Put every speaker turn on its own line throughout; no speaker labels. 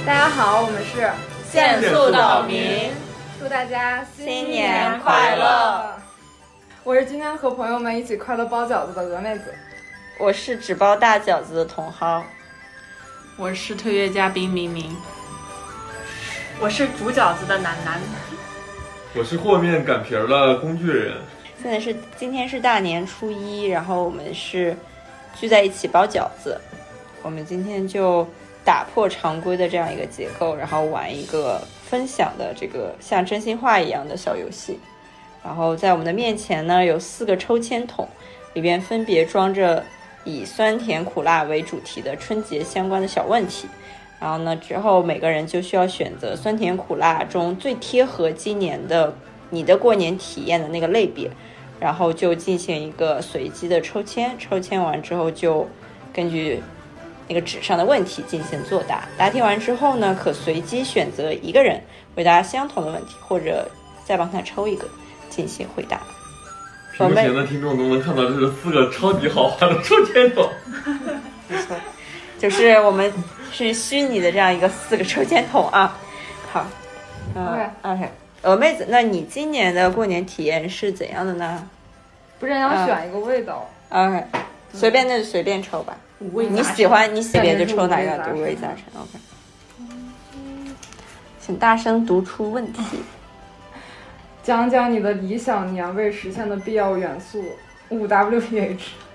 大家好，我们是
限速岛民，
祝大家
新年快乐！
我是今天和朋友们一起快乐包饺子的鹅妹子，
我是只包大饺子的茼蒿，
我是特约嘉宾明明，
我是煮饺子的楠楠，
我是和面擀皮儿的工具人。
今天是大年初一，然后我们是聚在一起包饺子。我们今天就打破常规的这样一个结构，然后玩一个分享的这个像真心话一样的小游戏。然后在我们的面前呢，有4个抽签筒，里边分别装着以酸甜苦辣为主题的春节相关的小问题。然后呢，之后每个人就需要选择酸甜苦辣中最贴合今年的你的过年体验的那个类别，然后就进行一个随机的抽签。抽签完之后，就根据那个纸上的问题进行作答。答题完之后呢，可随机选择一个人回答相同的问题，或者再帮他抽一个进行回答。
屏幕前的听众都能看到，这是4个超级豪华的抽签筒。
没错，就是我们是虚拟的这样一个4个抽签筒啊。好，OK， 鹅妹子，那你今年的过年体验是怎样的呢？
不是要选一个味道
？OK， 随便那就随便抽吧。你喜欢你随便就抽哪个，五味杂陈。OK， 请大声读出问题。
讲讲你的理想年味实现的必要元素。5WPH。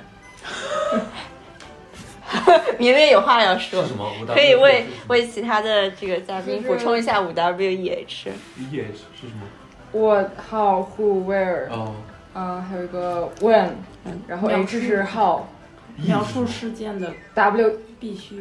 明明有话要说，
是什么？
可以为其他的这个嘉宾补充一下 5WEH。
EH 是什么？
What, how, who, where。还有一个 when，然后 H 是 how。
描述事件的
W
必须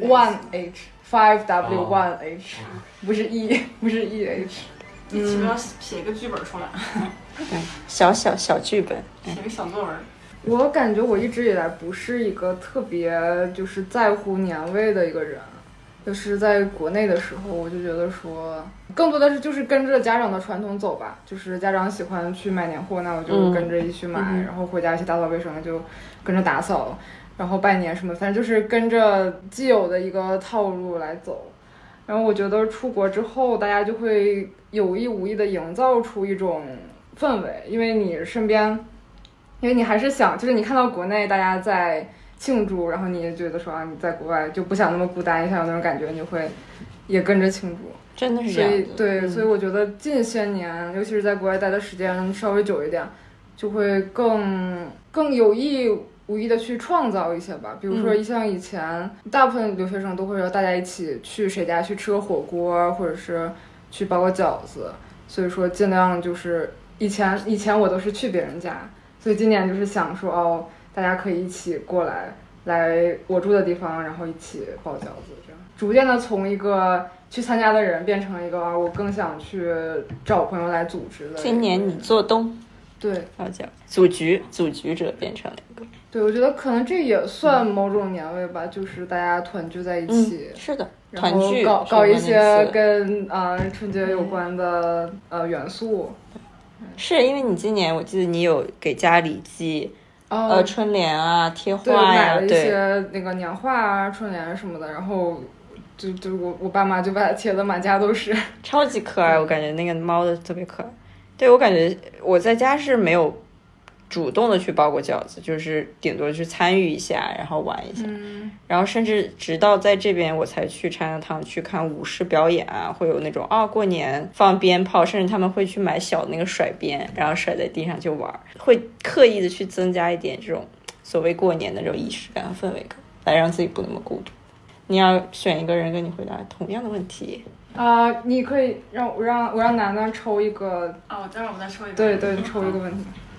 1H，5W1H，不是 E， 不是 EH。
起码要写一个剧本出来。
小剧本，
写个小作文。
我感觉我一直以来不是一个特别就是在乎年味的一个人，就是在国内的时候，我就觉得说，更多的是就是跟着家长的传统走吧，就是家长喜欢去买年货，那我就跟着一起买，然后回家一起打扫卫生就跟着打扫，然后拜年什么，反正就是跟着既有的一个套路来走。然后我觉得出国之后，大家就会有意无意的营造出一种氛围，因为你身边，因为你还是想，就是你看到国内大家在庆祝，然后你也觉得说啊，你在国外就不想那么孤单，也想有那种感觉，你就会也跟着庆祝。
真的是这样子。
对，所以我觉得近些年，尤其是在国外待的时间稍微久一点，就会更有意无意的去创造一些吧。比如说像以前大部分留学生都会说大家一起去谁家去吃个火锅，或者是去包个饺子，所以说尽量就是以前我都是去别人家，所以今年就是想说哦，大家可以一起过来我住的地方，然后一起包饺子，这样逐渐的从一个去参加的人变成一个我更想去找朋友来组织的。
今年你做东，
对，
包饺组局者变成了一个。
对，我觉得可能这也算某种年味吧，就是大家团聚在一起。
是的，
团聚搞一些跟春节有关的元素。
是因为你今年我记得你有给家里寄春联啊、贴画呀，
买了一些那个年画啊、春联什么的，然后就我爸妈就把它贴的满家都是，
超级可爱。我感觉那个猫的特别可爱。对，我感觉我在家是没有主动的去包过饺子，就是顶多去参与一下，然后玩一下，然后甚至直到在这边我才去Chinatown去看舞狮表演啊，会有那种过年放鞭炮，甚至他们会去买小的那个甩鞭，然后甩在地上就玩，会刻意的去增加一点这种所谓过年的这种仪式感和氛围感，来让自己不那么孤独。你要选一个人跟你回答同样的问题。
你可以让我让楠楠抽一个。
我再抽一个。
对，抽一个问题。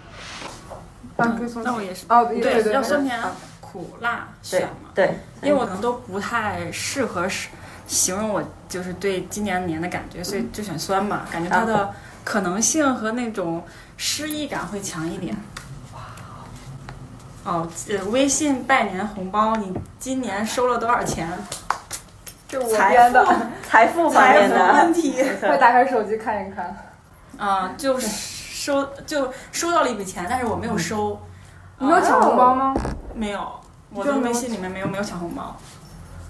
那我也是。
对，
要酸甜苦辣选嘛。
对，
因为我可能都不太适合形容我就是对今年的感觉，所以就选酸吧，感觉它的可能性和那种诗意感会强一点。微信拜年红包，你今年收了多少钱？
就我编的
财富方面的
问题。
快打开手机看一看。
就收到了一笔钱，但是我没有收。
你没有抢红包吗？
没有，我的微信里面没有抢红包。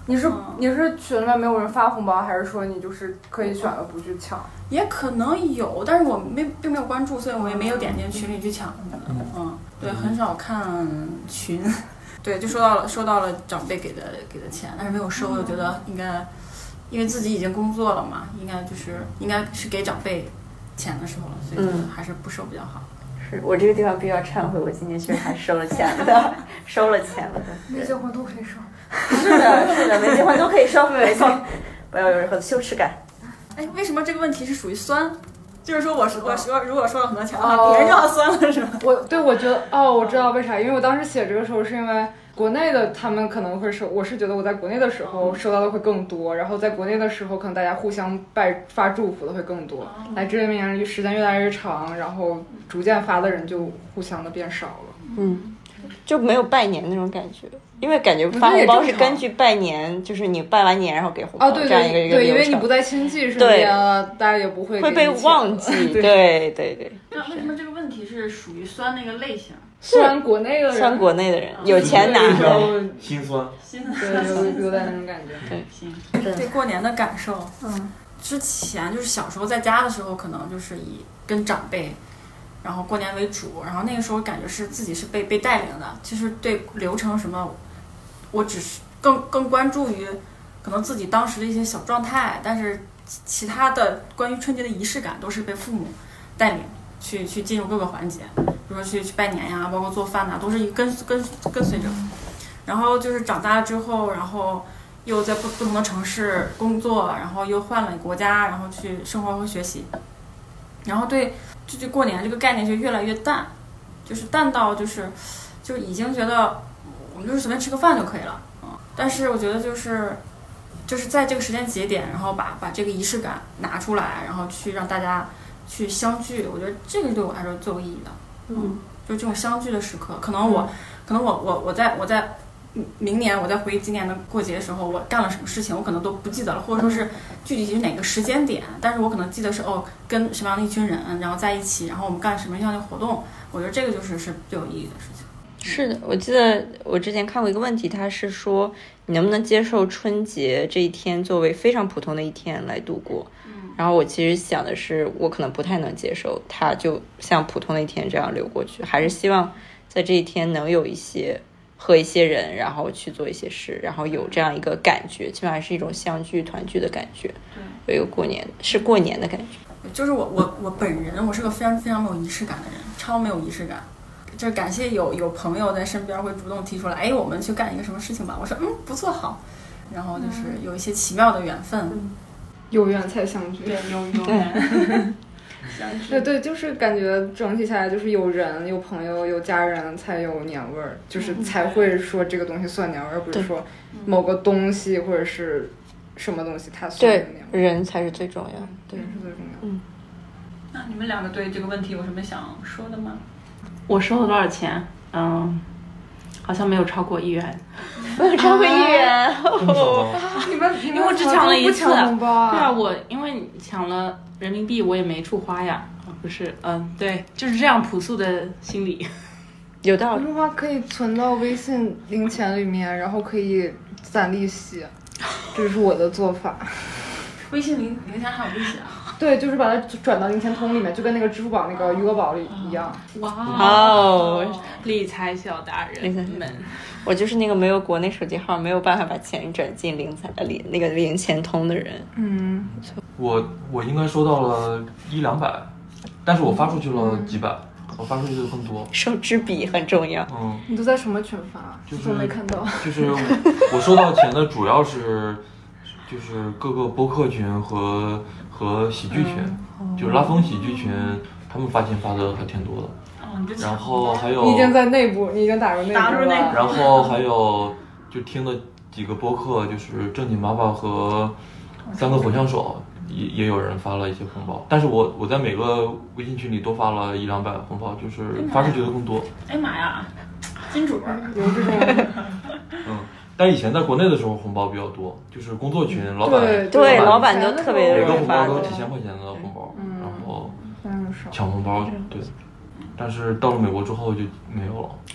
你是群里面没有人发红包，还是说你就是可以选择不去抢？
也可能有，但是我并没有关注，所以我也没有点进群里去抢什么的。对，很少看群。对，就收到了长辈给的钱，但是没有收，我觉得应该，因为自己已经工作了嘛，应该是给长辈钱的时候了，所以还是不收比较好。
是我这个地方比较忏悔，我今年确实还收了钱的，收了钱了的。
没结婚都可以收。
是的，没结婚都可以收，没错，不要有任何的羞耻感。
哎，为什么这个问题是属于酸？就是说我如果收了很多钱的话，别人就要酸了是吧？
我觉得我知道为啥，因为我当时写这个时候是因为国内的他们可能会收，我是觉得我在国内的时候收到的会更多，然后在国内的时候可能大家互相发祝福的会更多，来这边时间越来越长，然后逐渐发的人就互相的变少了。
就没有拜年那种感觉，因为感觉发红包是根据拜年，就是你拜完年然后给红包，
对
这样一个
对，因为你不在亲戚身边了，大家也不会
被忘记。对。
那为什么这个问题是属于酸那个类型？
酸国内的人，
有钱拿的，
心酸，
对，有点那种感觉。
对过年的感受，之前就是小时候在家的时候，可能就是以跟长辈，然后过年为主，然后那个时候感觉是自己是被带领的。其实对流程什么，我只是更关注于可能自己当时的一些小状态，但是其他的关于春节的仪式感都是被父母带领去进入各个环节，比如说去拜年呀，包括做饭呐，都是跟随着。然后就是长大了之后，然后又在不同的城市工作，然后又换了国家，然后去生活和学习，然后对就过年这个概念就越来越淡，就是淡到就是已经觉得我们就是随便吃个饭就可以了，但是我觉得就是在这个时间节点，然后把这个仪式感拿出来，然后去让大家去相聚，我觉得这个对我来说最有意义的。就这种相聚的时刻，可能我在明年我在回忆今年的过节的时候，我干了什么事情，我可能都不记得了，或者说是具体是哪个时间点，但是我可能记得是跟什么样的一群人，然后在一起，然后我们干什么样的活动，我觉得这个是最有意义的事情。
是的，我记得我之前看过一个问题，他是说你能不能接受春节这一天作为非常普通的一天来度过。然后我其实想的是，我可能不太能接受它就像普通的一天这样流过去，还是希望在这一天能有和一些人，然后去做一些事，然后有这样一个感觉，起码还是一种相聚团聚的感觉，有一个过年的感觉。
就是我本人，我是个非常非常没有仪式感的人，超没有仪式感。就是感谢有朋友在身边会主动提出来，我们去干一个什么事情吧。我说不错好，然后就是有一些奇妙的缘分。
有缘才相聚，
对，有缘相聚。
对，就是感觉整体下来就是有人、有朋友、有家人才有年味儿，就是才会说这个东西算年味儿，而不是说某个东西或者是什么东西它算年味儿。
对，人才是最重要，
对，是最重要。
那你们两个对这个问题有什么想说的吗？我收了多少钱？好像没有超过1元。
没有超过1元。
你们
因为我只抢了一次。
红包啊？
对啊，我因为抢了人民币，我也没处花呀。不是，对，就是这样朴素的心理。
有道理。
的话可以存到微信零钱里面，然后可以攒利息，这是我的做法。
微信零钱还有利息啊？
对，就是把它转到零钱通里面，就跟那个支付宝那个余额宝里一样。
哇理财小达人们，
我就是那个没有国内手机号，没有办法把钱转进那个零钱通的人。
我应该收到了100-200，但是我发出去了几百，我发出去的更多。
收支比很重要。
你都在什么群发？
就是
我没看到。
就是我收到钱的主要是就是各个播客群和喜剧群，就是拉风喜剧群，他们发钱发的还挺多的。然后还有
你已经在内部，你已经打入内部了。
然后还有就听的几个播客，就是正经爸爸和3个火枪手，也有人发了一些红包，但是我在每个微信群里都发了100-200红包，就是发出去的更多。
哎妈呀，金主
有这种。
但以前在国内的时候红包比较多，就是工作群老板
对老板都特别
每个红包都几千块钱的红包，然后抢红包对，但是到了美国之后就没有了。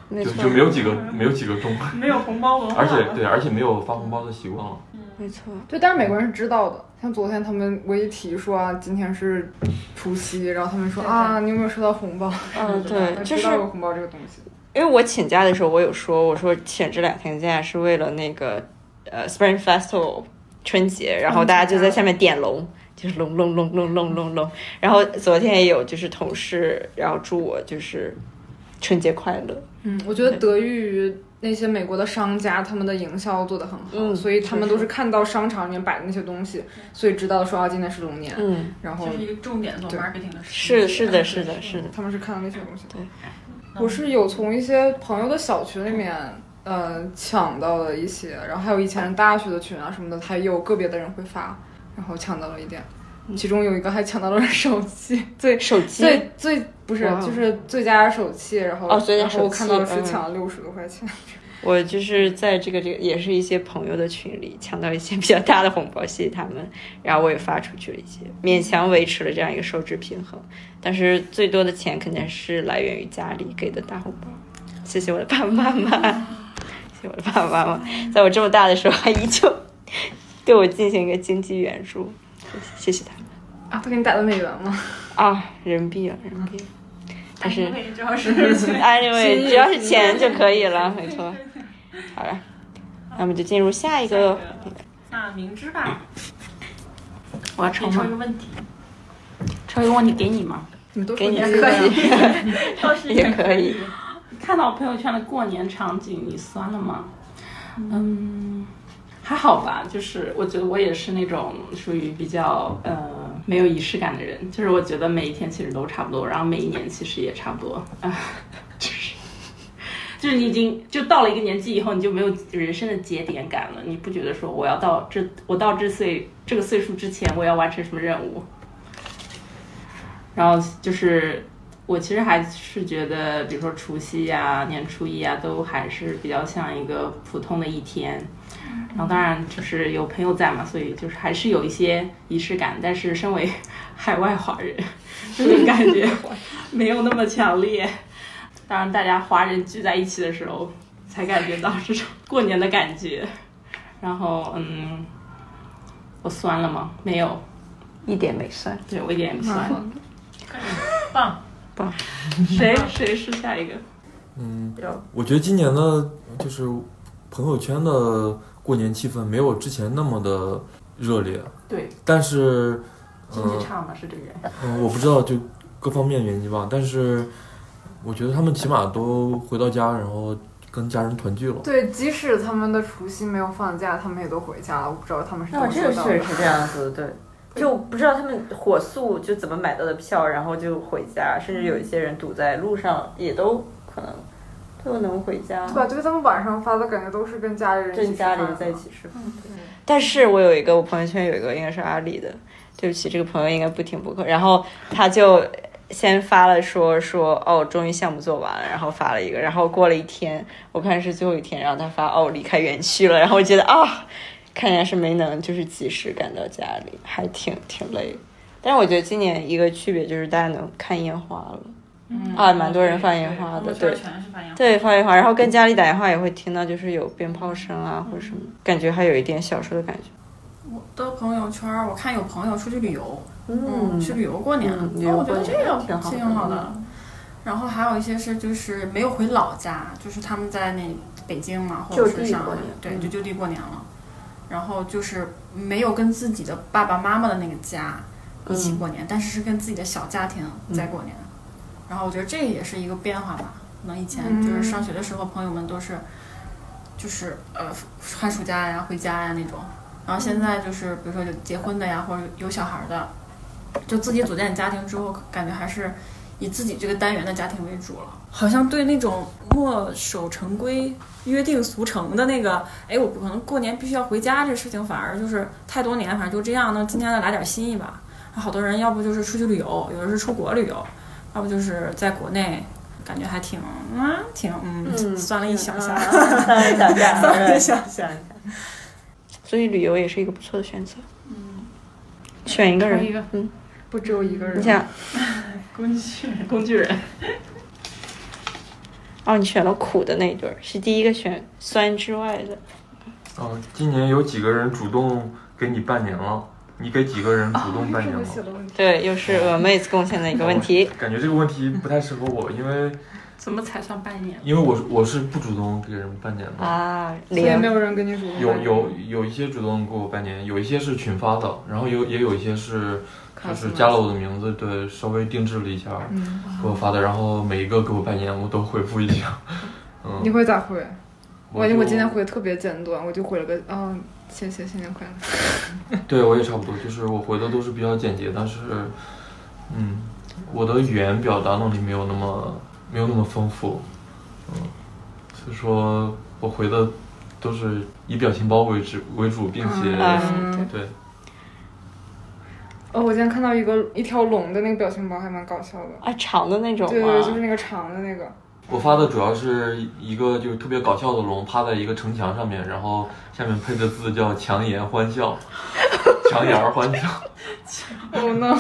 就没有几个中，
没有红包文化，
而且没有发红包的习惯了。
没错，
对，但是美国人是知道的。像昨天他们我一提说啊，今天是除夕，然后他们说啊，你有没有收到红包？
对，就是
知道有红包这个东西。
因为我请假的时候，我说请这2天假是为了那个Spring Festival 春节，然后大家就在下面点龙，就是龙龙龙龙龙龙龙。然后昨天也有就是同事然后祝我就是春节快乐。
我觉得得益于那些美国的商家，他们的营销做得很好，所以他们都是看到商场里面摆的那些东西，所以知道说今天是龙年，然后
这是一个重点做 marketing 的
事。是的，
他们是看到那些东西。对，我是有从一些朋友的小群里面抢到了一些，然后还有以前大学的群啊什么的，还有个别的人会发，然后抢到了一点。其中有一个还抢到了手气，最不是就是最佳手气，然后然后我看到是抢了60多块钱。
我就是在这个也是一些朋友的群里抢到一些比较大的红包，谢谢他们，然后我也发出去了一些，勉强维持了这样一个收支平衡。但是最多的钱肯定是来源于家里给的大红包，谢谢我的爸爸妈妈，谢谢我的爸爸妈妈，在我这么大的时候还依旧对我进行一个经济援助，谢谢他们。
啊，他给你打的美元吗？
啊，人民币。但是
主要是
anyway 只要是钱就可以了，没错。好了，那我们就进入下一个。
那明知吧，我要抽一个问题，抽一个问题给你吗？
给你
也
可以，
也可以。看到朋友圈的过年场景，你酸了吗？还好吧，就是我觉得我也是那种属于比较没有仪式感的人，就是我觉得每一天其实都差不多，然后每一年其实也差不多就是你已经就到了一个年纪以后，你就没有人生的节点感了，你不觉得说我到这个岁数之前我要完成什么任务，然后就是我其实还是觉得比如说除夕呀、年初一啊都还是比较像一个普通的一天，然后当然就是有朋友在嘛，所以就是还是有一些仪式感，但是身为海外华人这种感觉没有那么强烈，当然大家华人聚在一起的时候才感觉到这种过年的感觉。然后我酸了吗？没有，
一点没酸。
对，我一点也不酸。棒，谁是下一个？
我觉得今年的就是朋友圈的过年气氛没有之前那么的热烈。
对，
但是
经济差嘛，是这个。
我不知道，就各方面原因吧。但是我觉得他们起码都回到家，然后跟家人团聚了。
对，即使他们的除夕没有放假，他们也都回家了。我不知道他们是怎么做到的。
这个确实是这样子，对。就不知道他们火速就怎么买到的票，然后就回家，甚至有一些人堵在路上，也都可能都能回家。
对吧？就是他们晚上发的感觉都是跟家里人
在一起吃饭。但是我朋友圈有一个应该是阿里的，对不起，这个朋友应该不听播客，然后他就先发了说终于项目做完了，然后发了一个，然后过了一天，我看是最后一天，然后他发离开园区了，然后我觉得看起来是没能就是及时赶到家里，还挺累。但是我觉得今年一个区别就是大家能看烟花了，蛮多人放烟花的，对，放烟花，然后跟家里打电话也会听到就是有鞭炮声啊或者什么，感觉还有一点小时候的感觉。
我的朋友圈我看有朋友出去旅游，去旅游过年，我觉得这个挺好的。然后还有一些是就是没有回老家，就是他们在北京嘛，或者是上海，对，就地过年了。然后就是没有跟自己的爸爸妈妈的那个家一起过年，但是是跟自己的小家庭在过年。然后我觉得这也是一个变化吧。可能以前就是上学的时候，朋友们都是就是寒暑假呀、回家呀那种。然后现在就是比如说有结婚的呀，或者有小孩的，就自己组建家庭之后，感觉还是以自己这个单元的家庭为主了。好像对那种墨守成规、约定俗成的那个，我可能过年必须要回家这事情，反而就是太多年，反正就这样。那今天再来点新意吧。好多人要不就是出去旅游，有的是出国旅游，要不就是在国内，感觉还挺酸了一小下，酸了一小下。
所以旅游也是一个不错的选择。选一个人，
不只有一个人。
你想，
工具人。
哦，你选了苦的那一对儿，是第一个选酸之外的。
今年有几个人主动给你拜年了？你给几个人主动拜年了？
对，又是鹅妹子贡献的一个问题。
感觉这个问题不太适合我，因为
怎么才算拜年？
因为我是不主动给人拜年的
啊，
所以没有人跟你主动拜年。
有一些主动给我拜年，有一些是群发的，然后也有一些是就是加了我的名字，对，稍微定制了一下给我发的，然后每一个给我拜年我都回复一下。
你会咋回？我感觉我今天回的特别简短，我就回了个谢谢，新年快乐。
对，我也差不多，就是我回的都是比较简洁，但是我的语言表达能力没有那么丰富，所以说我回的都是以表情包为主，并且对。
我今天看到一条龙的那个表情包，还蛮搞笑的
啊，长的那种吗？
对，就是那个长的那个。
我发的主要是一个就是特别搞笑的龙趴在一个城墙上面，然后下面配的字叫强颜欢笑，强颜欢笑。
哦呢。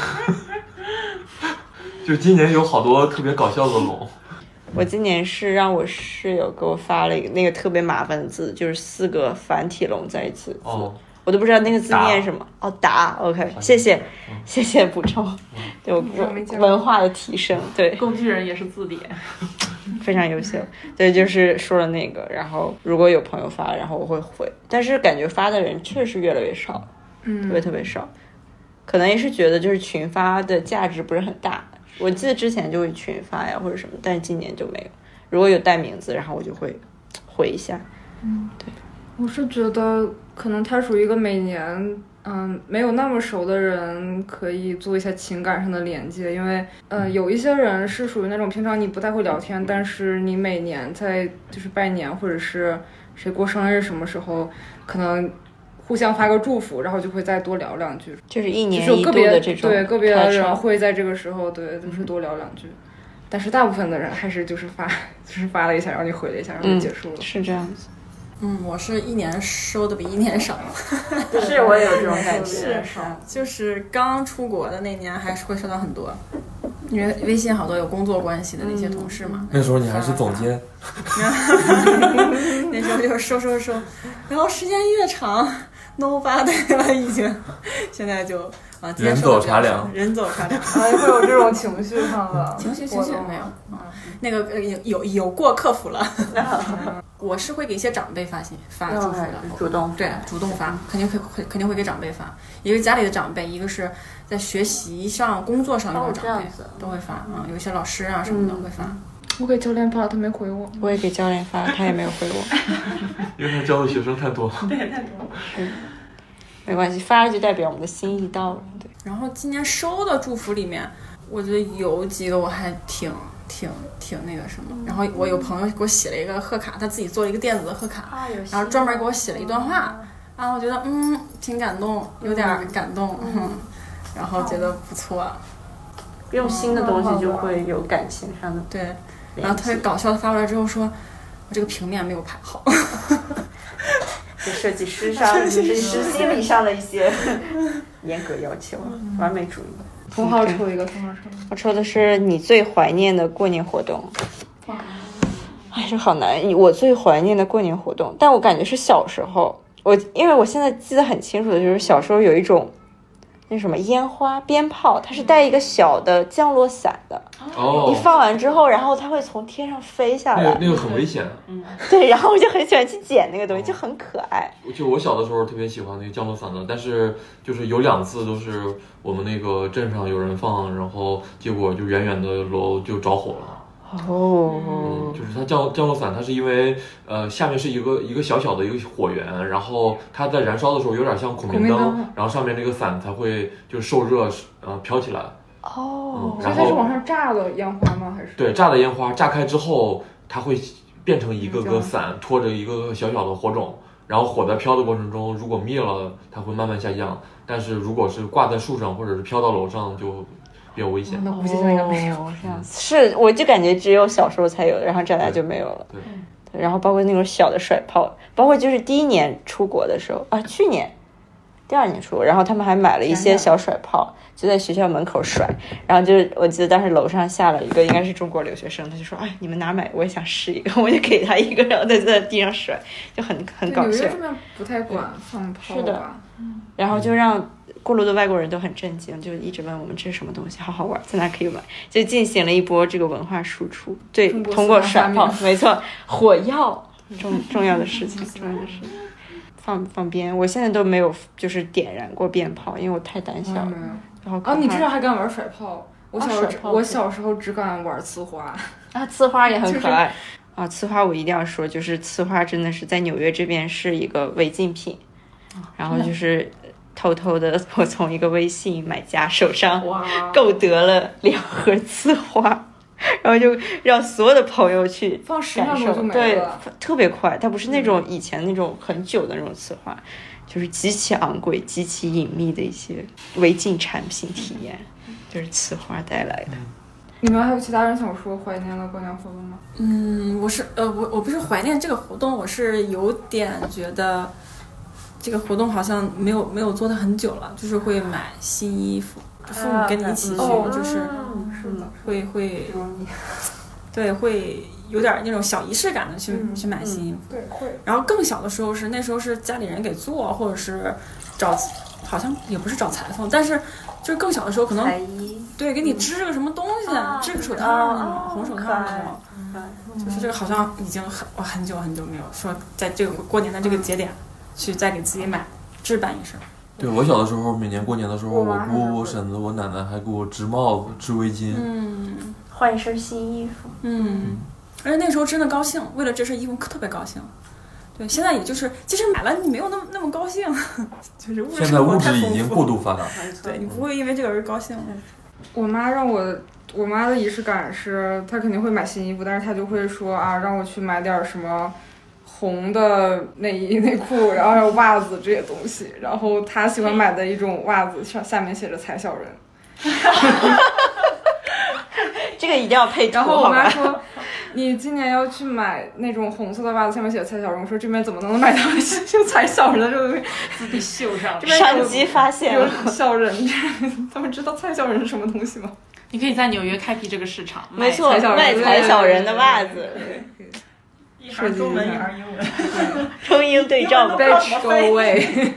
就今年有好多特别搞笑的龙。
我今年是让我室友给我发了一个那个特别麻烦的字，就是4个繁体龙在一起的字。我都不知道那个字念什么。答 OK， 谢谢补充，对我文化的提升。对，
工具人也是字典，
非常优秀。对，就是说了那个，然后如果有朋友发，然后我会回，但是感觉发的人确实越来越少，特别少，可能也是觉得就是群发的价值不是很大。我记得之前就会群发呀或者什么，但是今年就没有。如果有带名字，然后我就会回一下。对。
我是觉得可能他属于一个每年没有那么熟的人可以做一下情感上的连接，因为有一些人是属于那种平常你不太会聊天，但是你每年在就是拜年或者是谁过生日什么时候可能互相发个祝福，然后就会再多聊两句，
就是一年一度的这种。
对，个别的人会在这个时候就是多聊两句，但是大部分的人还是就是发了一下，然后你回了一下，然后就结束了。
是这样子。
我是一年收的比一年少。
是，我也有这种感觉。
是，就是刚出国的那年还是会收到很多，因为微信好多有工作关系的那些同事嘛。
那时候你还是总监。
那时候就收，然后时间越长 ，no 发对了已经，现在就
人走茶凉，
会有这种情绪上的
情绪没有，那个有过克服了。我是会给一些长辈发祝福的，
主动
发，肯定会给长辈发。一个家里的长辈，一个是在学习上、工作上的长辈都会发有一些老师啊什么的会发。
我给教练发了，他没回我。
我也给教练发了，他也没有回我。
因为他教的学生太多了。
对，太多了。
是，没关系，发了就代表我们的心意到了。对。
然后今年收的祝福里面，我觉得有几个我还挺那个什么。然后我有朋友给我写了一个贺卡，他自己做了一个电子的贺卡，然后专门给我写了一段话，然后我觉得挺感动，有点感动，然后觉得不错。
用新的东西就会有感情上的。
对，然后特别搞笑的发过来之后说，我这个平面没有排好。
对设计师心理上的一些严格要求，完美主义。
同号抽一个，
我抽的是你最怀念的过年活动。哎，这好难。我最怀念的过年活动，但我感觉是小时候。因为我现在记得很清楚的就是小时候有一种那什么烟花鞭炮，它是带一个小的降落伞的。你放完之后，然后它会从天上飞下来。
那个很危险。
对，然后我就很喜欢去捡那个东西，就很可爱。
就我小的时候特别喜欢那个降落伞的，但是就是有2次都是我们那个镇上有人放，然后结果就远远的楼就着火了。就是它降落伞，它是因为下面是一个小小的一个火源，然后它在燃烧的时候有点像孔明灯，然后上面那个伞才会就是受热飘起来。
所以它是往上炸的烟花吗？还是？对，
炸的烟花，炸开之后它会变成一个个伞，拖着一个小小的火种，然后火在飘的过程中，如果灭了，它会慢慢下降，但是如果是挂在树上或者是飘到楼上就比较危险。
那估计现在应该没有
这样子。是，我就感觉只有小时候才有，然后长大就没有了。
对，
然后包括那种小的甩炮，包括就是第一年出国的时候去年第2年初，然后他们还买了一些小甩炮，就在学校门口甩。然后就是我记得当时楼上下了一个应该是中国留学生，他就说：“哎，你们哪买？我也想试一个。”我就给他一个，然后他在地上甩，就很搞笑。
纽约这边不太管放炮吧？
是的，然后就让过路的外国人都很震惊，就一直问我们这是什么东西，好好玩，在哪可以买，就进行了一波这个文化输出。对，通过甩炮，没错，火药重要的事情，重要的事情。放鞭，我现在都没有就是点燃过鞭炮，因为我太胆小了。然后
你至少还敢玩甩炮？我小时候只敢玩呲花。
呲花也很可爱。呲花我一定要说，就是呲花真的是在纽约这边是一个违禁品，然后就是偷偷的我从一个微信买家手上购得了2盒呲花。然后就让所有的朋友去
放10秒钟就没了，
对，特别快。它不是那种以前那种很久的那种呲花，就是极其昂贵、极其隐秘的一些违禁产品体验，就是呲花带来的。
你们还有其他人想说怀念的过年活动吗？
我不是怀念这个活动，我是有点觉得这个活动好像没有做的很久了，就是会买新衣服。父母跟你一起去，就是会，对，会有点那种小仪式感的去买新衣服。
对，会。
然后更小的时候那时候是家里人给做，或者是好像也不是找裁缝，但是就是更小的时候可能对给你织个什么东西，织个手套那种红手套那种，就是这个好像已经很久很久没有说在这个过年的这个节点去再给自己买置办一身。
对，我小的时候，每年过年的时候，我姑、我婶子、我奶奶还给我织帽子、织围巾，
换一身新衣服，
而且那时候真的高兴，为了这身衣服特别高兴。对，现在也就是其实买了你没有那么高兴，就是
现在物质已经过度发达，
对你不会因为这个而高兴。
我妈的仪式感是，她肯定会买新衣服，但是她就会说让我去买点什么红的内衣内裤，然后还有袜子这些东西。然后她喜欢买的一种袜子下面写着踩小人。
这个一定要配图。
然后我妈说你今年要去买那种红色的袜子，下面写着踩小人。我说这边怎么能买到就踩小人的这个东西，
自己绣上。
商机发现了，
有小人，他们知道踩小人是什么东西吗？
你可以在纽约开辟这个市场，
没错，卖踩小人的袜子。
一行中文一行英文，
中英对照。
Bitch go away。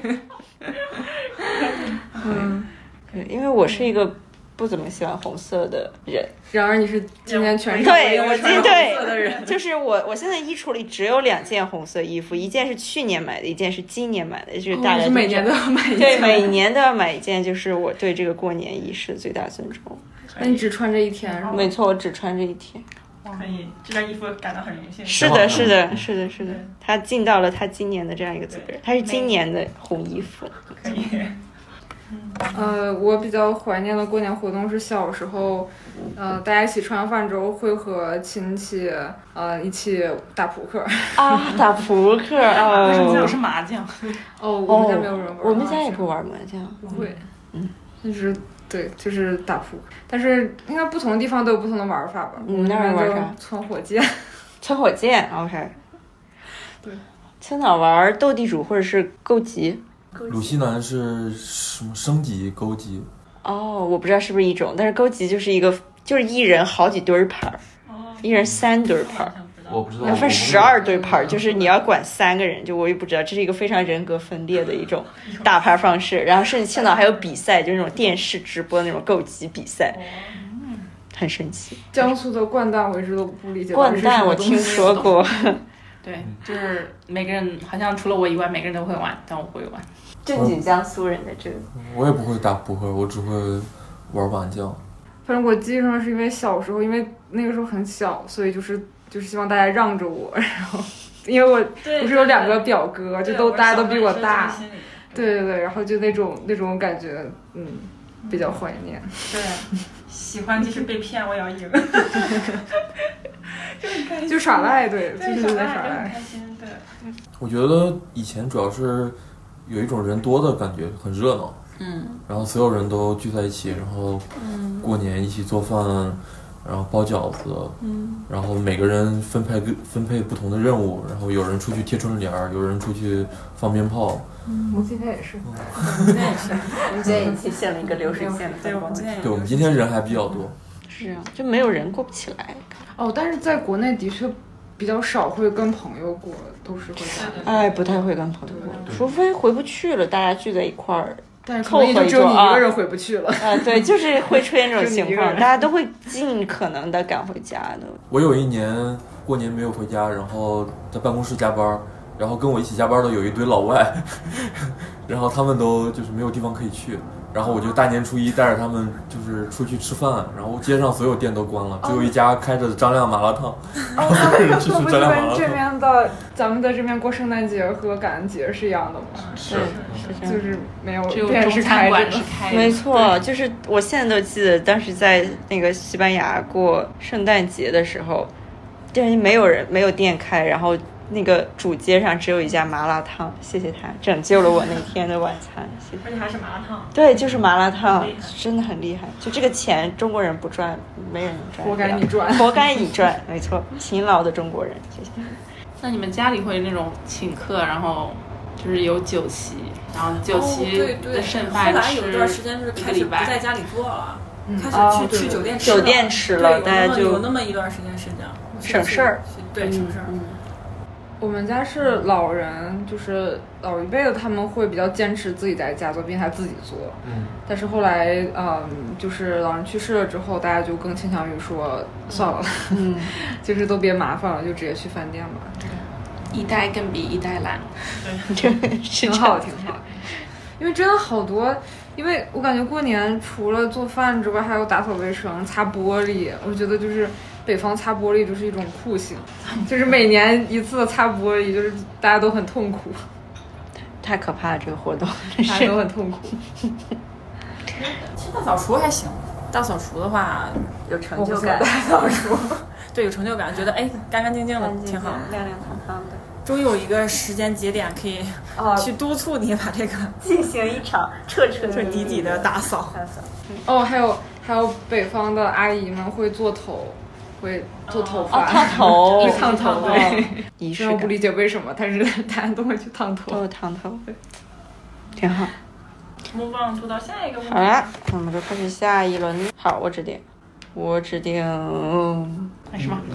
因为我是一个不怎么喜欢红色的人。
然而你是今年全是
对我
穿红色的人，
就是我现在衣橱里只有2件红色衣服，一件是去年买的，一件是今年买的，就是大概
每年都要买一件。
对，每年都要买一件，就是我对这个过年仪式的最大尊重。
那你只穿这一天是吗？
没错，我只穿这一天。
可以，这件衣服感到很荣幸。
是的，他尽到了他今年的这样一个责任，他是今年的红衣服。
可以。
我比较怀念的过年活动是小时候，大家一起吃完饭之后会和亲戚一起打扑克。
打扑克
不是麻将。
我们家没有人玩。
我们家也不玩麻将，
不会。就是打扑克，但是应该不同的地方都有不同的玩法吧。
你们那儿玩啥？
窜火箭。
窜火箭 ，OK。
对。
在哪玩斗地主或者是勾棋？
鲁西南是什么升级勾棋？
我不知道是不是一种，但是勾棋就是一人好几堆牌，一人3堆牌。
我不知道。
要分12堆牌，就是你要管3个人，就我也不知道，这是一个非常人格分裂的一种打牌方式。然后甚至现在还有比赛，就是那种电视直播那种勾棋比赛，很神奇。
江苏的掼蛋我一直都不理解。
掼蛋我听说过。
对，就是每个人好像除了我以外，每个人都会玩，但我不会玩。
正经江苏人的这个。
我也不会打扑克，我只会玩麻将。
反正我记上是因为小时候，因为那个时候很小，所以就是希望大家让着我，然后因为我不是有2个表哥，就大家都比我大，对，然后就那种感觉，比较怀念。
对，喜欢即使被骗我也要赢。
就耍赖，对，就是在耍赖，
开心，对。
我觉得以前主要是有一种人多的感觉，很热闹，然后所有人都聚在一起，然后过年一起做饭，然后包饺子，然后每个人分配不同的任务，然后有人出去贴春联，有人出去放鞭炮，
我今天也是，
我今天也是，
我们今天也献了一个流水线的
对，
灯光。
我们今天也
对，我们今天人还比较多。
是啊，就没有人过不起来。
哦，但是在国内的确比较少会跟朋友过，都是会家里。
哎，不太会跟朋友过，除非回不去了，大家聚在一块儿。
但是可能也就只有你一个人回不去了。
对，就是会出现这种情况，
就你一个人
大家都会尽可能的赶回家的。
我有一年过年没有回家，然后在办公室加班，然后跟我一起加班的有一堆老外，然后他们都就是没有地方可以去，然后我就大年初一带着他们就是出去吃饭，然后街上所有店都关了，只有一家开着的张亮麻辣烫，然后有人去吃张亮麻辣
这
烫。
边的咱们的这边过圣诞节和感恩节是一样的吗？
是
这样
就是没有
只有
店是
中餐
开着的。
馆是开的。
没错，就是我现在都记得，当时在那个西班牙过圣诞节的时候，店没有人，没有店开，然后那个主街上只有一家麻辣烫，谢谢他拯救了我那天的晚餐，谢谢。
而且还是麻辣烫。
对，就是麻辣烫，真的很厉害。就这个钱，中国人不赚，没人能赚，
活该你赚
活该你赚，没错，勤劳的中国人，谢谢。
那你们家里会那种请客，然后就是有酒席，然后酒席的剩饭
后来
吃
有一段时间就是开始
一个礼拜
不在家里做了，开始去酒店吃
酒店吃了，大家就
有那么一段时间是这样，
省事儿，
对，省事儿。
我们家是老人，就是老一辈的，他们会比较坚持自己在家做，并且还自己做。但是后来，就是老人去世了之后，大家就更倾向于说算了，就是都别麻烦了，就直接去饭店吧。
一代更比一代懒。
挺好，挺好。因为真的好多，因为我感觉过年除了做饭之外，还有打扫卫生、擦玻璃。我觉得就是北方擦玻璃就是一种酷刑，就是每年一次的擦玻璃，就是大家都很痛苦，
太可怕了这个活动，
大家都很痛苦。
其实大扫除还行，大扫除的话
有成就感，
大扫除，
对，有成就感，觉得哎干干净净的挺好，
亮亮堂堂的。
终于有一个时间节点可以去督促你把这个
进行一场彻
底底的打扫。
哦，还有北方的阿姨们会做头，会做头发，
烫头，
会烫头，对。
仪式感，
虽然我不理解为什么，但是大家都会去烫头。
都有烫头，挺好。
move on 到下一个问题。
好了，那我们就开始下一轮。好，我指定
什么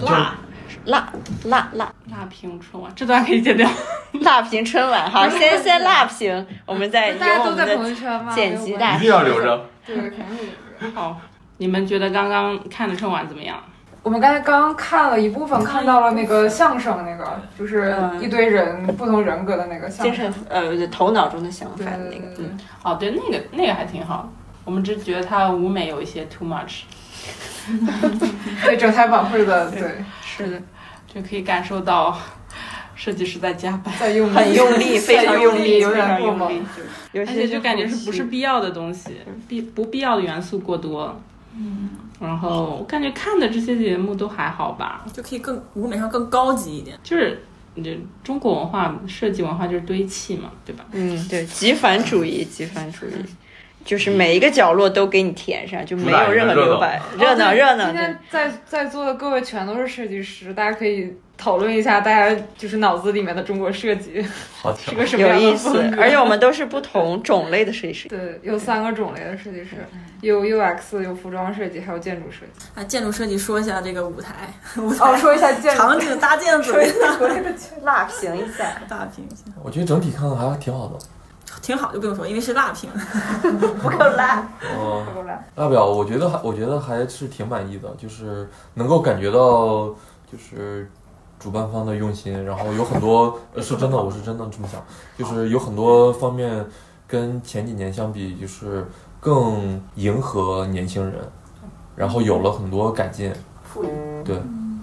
辣评春晚，这段可以剪掉。
辣评春晚，好，先辣评，我们再
大家
由我们
都在朋友圈
的
吗？
剪辑大师
一定要留着。
对，肯定会留着。
好，你们觉得刚刚看的春晚怎么样？
我们刚才刚看了一部分，看到了那个相声，那个就是一堆人不同人格的那个相
精
声，
神头脑中的想法的那个，
哦，对，那个还挺好。我们只觉得它舞美有一些 too much。
对整台晚会的，对，
是的，就可以感受到设计师在加班，
在用力，
很用力，非常用力，
有点过猛。
有
而且就感觉是不是必要的东西，不必要的元素过多。然后我感觉看的这些节目都还好吧，
就可以更舞美上更高级一点。
就是你中国文化设计文化就是堆砌嘛，对吧？
对，极繁主义，就是每一个角落都给你填上，就没有任何留白，热闹。
今天在座的各位全都是设计师，大家可以讨论一下，大家就是脑子里面的中国设计是个什么
有
样
意思
的风。格。
而且我们都是不同种类的设计师。
对，有3个种类的设计师，有 UX， 有服装设计，还有建筑设计。
建筑设计说一下这个舞台，
说一下建筑
场景搭建怎么样？
辣评一下，
大屏一下，
我觉得整体看还挺好的。
挺好就不用说，因为是辣评，
不够辣。
辣表我觉得还是挺满意的，就是能够感觉到就是主办方的用心，然后有很多是真的，我是真的这么想，就是有很多方面跟前几年相比，就是更迎合年轻人，然后有了很多改进。对。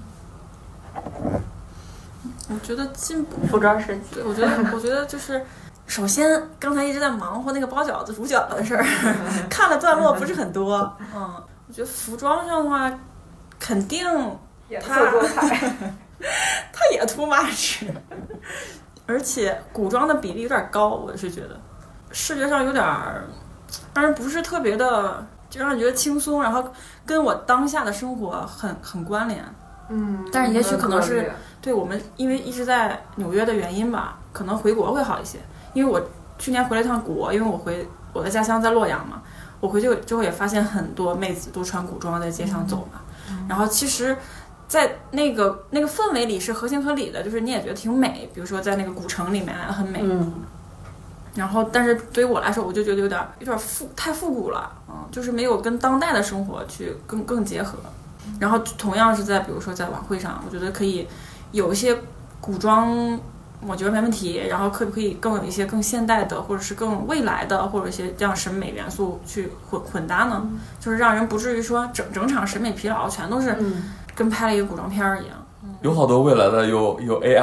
我觉得进步。
服装设计。
对，我觉得就是。首先，刚才一直在忙活那个包饺子、煮饺子的事儿，看的段落不是很多。我觉得服装上的话，肯定它
多彩，
它也 too much， 而且古装的比例有点高，我是觉得视觉上有点让人不是特别的，就让人觉得轻松，然后跟我当下的生活很关联。但是也许可能是对我们因为一直在纽约的原因吧，可能回国会好一些。因为我去年回了一趟国，因为我的家乡在洛阳嘛，我回去之后也发现很多妹子都穿古装在街上走嘛，然后其实。在那个氛围里是合情合理的，就是你也觉得挺美，比如说在那个古城里面很美，然后但是对于我来说，我就觉得有点太复古了，就是没有跟当代的生活去更结合。然后同样是在比如说在晚会上，我觉得可以有一些古装，我觉得没问题，然后可不可以更有一些更现代的，或者是更未来的，或者一些这样审美元素去混搭呢？就是让人不至于说整场审美疲劳，全都是跟拍了一个古装片一样。
有好多未来的，有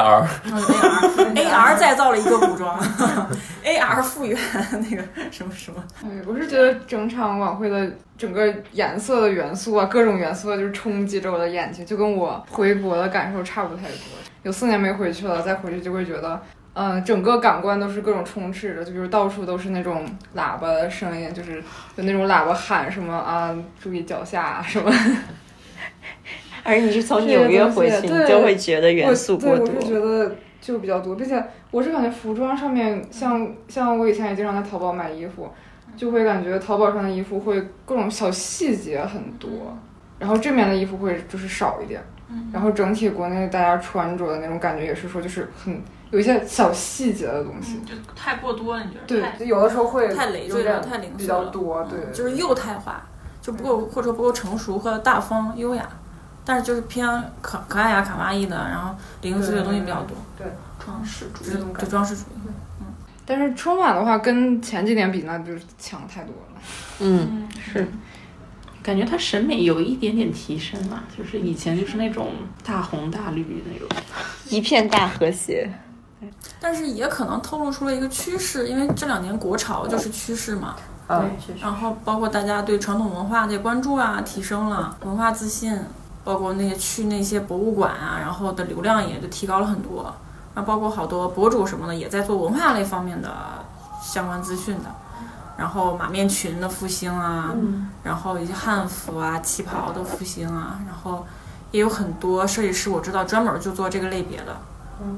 AR 再造了一个古装，AR 复原那个什么。
我是觉得整场晚会的整个颜色的元素啊，各种元素就是冲击着我的眼睛，就跟我回国的感受差不太多。有4年没回去了，再回去就会觉得，整个感官都是各种充斥着，就比如到处都是那种喇叭的声音，就是有那种喇叭喊什么啊，注意脚下啊什么。
而你是从纽约回去，你就会觉得元素过多。
对，我是觉得就比较多，并且我是感觉服装上面，像我以前也经常在淘宝买衣服，就会感觉淘宝上的衣服会各种小细节很多，然后这面的衣服会就是少一点，然后整体国内大家穿着的那种感觉也是说就是很有一些小细节的东西，
就太过多了，你觉得？
对，有的时候会
太累赘了，太零碎了，
比较多，对，
就是幼态化，就不够或者不够成熟和大方优雅。但是就是偏可爱呀、卡哇伊的，然后零零碎碎的东西比较多。
对，
装饰主义，对装饰主义。
但是春晚的话，跟前几年比，那就是强太多了。
是，感觉它审美有一点点提升了，就是以前就是那种大红大绿那种，
一片大和谐。
但是也可能透露出了一个趋势，因为这2年国潮就是趋势嘛。然后包括大家对传统文化的关注啊，提升了文化自信。包括去那些博物馆啊，然后的流量也就提高了很多，然后包括好多博主什么的也在做文化类方面的相关资讯的，然后马面裙的复兴啊，然后一些汉服啊、旗袍的复兴啊，然后也有很多设计师我知道专门就做这个类别的，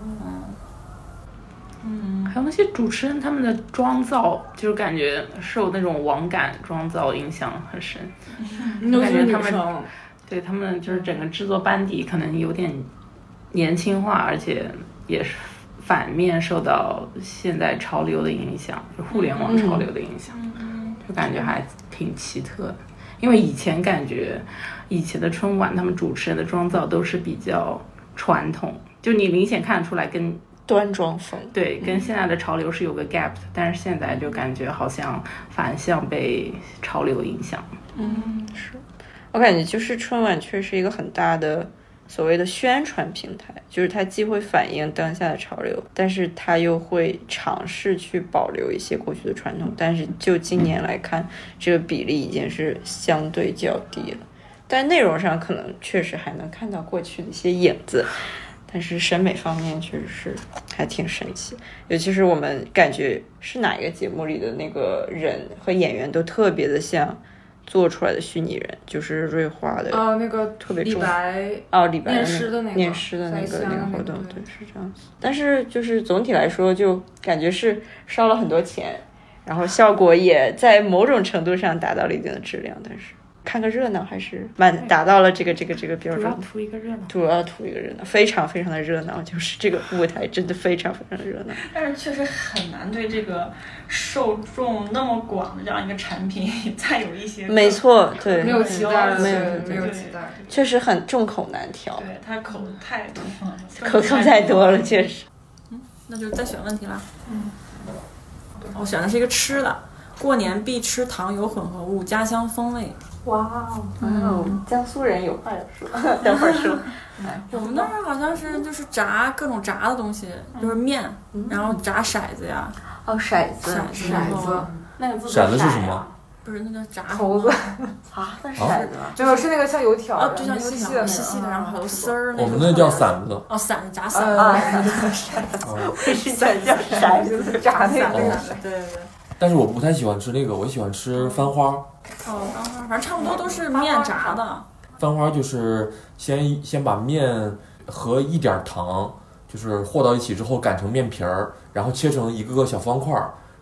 还有那些主持人他们的妆造，就是感觉受那种网感妆造影响很深，感觉他们。对他们就是整个制作班底可能有点年轻化，而且也是反面受到现在潮流的影响，就互联网潮流的影响，就感觉还挺奇特的。因为以前感觉以前的春晚他们主持人的妆造都是比较传统，就你明显看得出来跟
端庄风，
对，跟现在的潮流是有个 gap 的，但是现在就感觉好像反向被潮流影响。
是。我感觉就是春晚确实是一个很大的所谓的宣传平台，就是它既会反映当下的潮流，但是它又会尝试去保留一些过去的传统，但是就今年来看，这个比例已经是相对较低了，但内容上可能确实还能看到过去的一些影子，但是审美方面确实是还挺神奇，尤其是我们感觉是哪一个节目里的那个人和演员都特别的像做出来的虚拟人，就是瑞花的
那个
特别重李白
念诗的那个
活动，对，是这样子。但是就是总体来说，就感觉是烧了很多钱，然后效果也在某种程度上达到了一定的质量，但是看个热闹还是达到了这个标准，
主要图一个热
闹，非常非常的热闹，就是这个舞台真的非常非常的热闹。
但是确实很难对这个受众那么广的这样一个产品再有一些
没错，对，
没有期待，
没
有期待，
确实很众口难调，
对，它口太多了，
口太多了，确实。
那就再选问题啦。我选的是一个吃的，过年必吃糖油混合物，家乡风味。
哇江苏人有话要说，等会儿说。
我们那儿好像是就是炸各种炸的东西，就是面，然后炸骰子呀。
骰子，
那个字
骰子是什么？
不是那个炸
猴子
啊，那是骰子吗？
没有，是那个像油条，
就像油条细细的，然后还有丝儿。
我们那叫馓子。
馓子炸馓子。
我是叫骰子
炸那个。
对。
但是我不太喜欢吃那个，我喜欢吃番花。
番花，反正差不多都是面炸的。
番花就是先把面和一点糖，就是和到一起之后擀成面皮儿，然后切成一个个小方块，然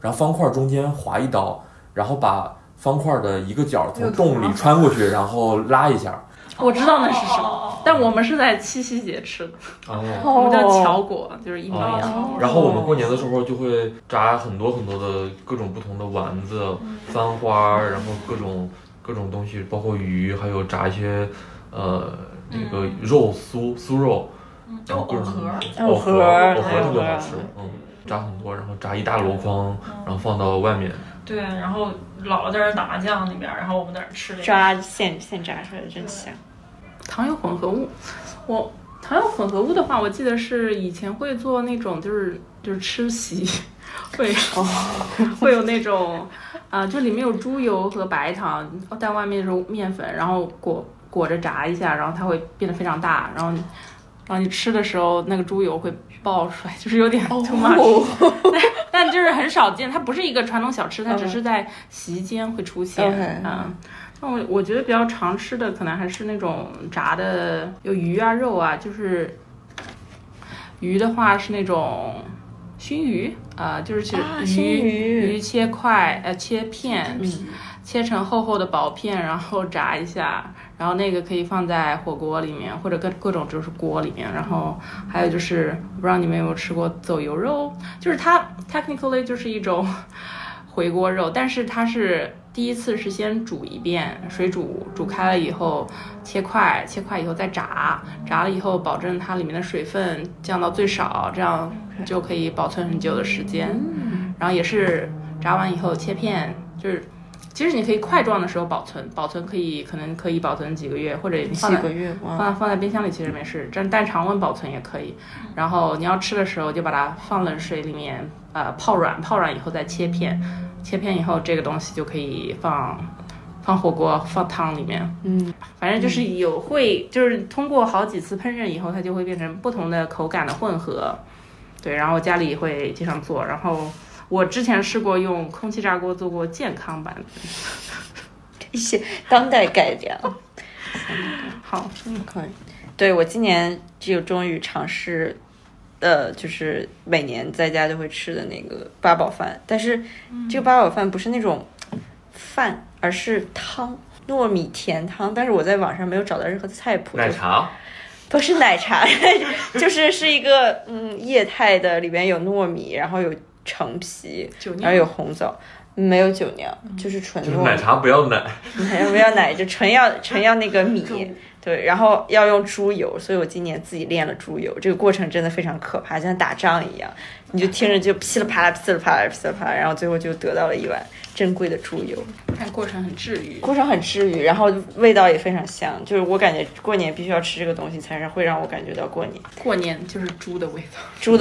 然后方块中间划一刀，然后把方块的一个角从洞里穿过去，然后拉一下。
我知道那是什么，但我们是在七夕节吃的，我们叫巧果，就是一模一样。
然后我们过年的时候就会炸很多很多的各种不同的丸子、三花，然后各种东西，包括鱼，还有炸一些那个肉酥肉，然后各种藕盒特别好吃，炸很多，然后炸一大箩筐，然后放到外面。
对，然后姥姥在那打麻将那边，然后我们在那吃那个
炸现炸出来真香。
糖油混合物，糖油混合物的话，我记得是以前会做那种就是吃席，会有那种就里面有猪油和白糖，但外面是面粉，然后裹着炸一下，然后它会变得非常大，然后你吃的时候那个猪油会爆出来，就是有点 too much，但就是很少见，它不是一个传统小吃，它只是在席间会出现。我觉得比较常吃的可能还是那种炸的，有鱼啊肉啊，就是鱼的话是那种熏鱼就是鱼切块切片，切成厚厚的薄片，然后炸一下，然后那个可以放在火锅里面或者各种就是锅里面，然后还有就是我不知道你们有没有吃过走油肉，就是它 technically 就是一种回锅肉，但是它是第一次是先煮一遍，水煮开了以后切块以后再炸了以后保证它里面的水分降到最少，这样就可以保存很久的时间。然后也是炸完以后切片，就是其实你可以块状的时候保存可能可以保存几个月，或者你
几个月
放在冰箱里其实没事，但常温保存也可以。然后你要吃的时候就把它放冷水里面泡软以后再切片以后这个东西就可以放火锅放汤里面。反正就是就是通过好几次烹饪以后它就会变成不同的口感的混合。对，然后家里会经常做，然后我之前试过用空气炸锅做过健康版的
一些当代改良。
好，
可以。对，我今年就终于尝试就是每年在家就会吃的那个八宝饭，但是这个八宝饭不是那种饭，而是汤，糯米甜汤，但是我在网上没有找到任何的菜谱。
奶茶？
不是奶茶，是一个液态的，里边有糯米，然后有橙皮，然后有红枣，没有酒酿，就是纯糯米。
就是奶茶不要奶，
不要奶，就纯要那个米。对，然后要用猪油，所以我今年自己炼了猪油，这个过程真的非常可怕，像打仗一样，你就听着就噼里啪啦噼里啪啦噼里啪啦，然后最后就得到了一碗珍贵的猪油。
看过程很治愈，
然后味道也非常香，就是我感觉过年必须要吃这个东西，才是会让我感觉到过年。
过年就是猪的味道，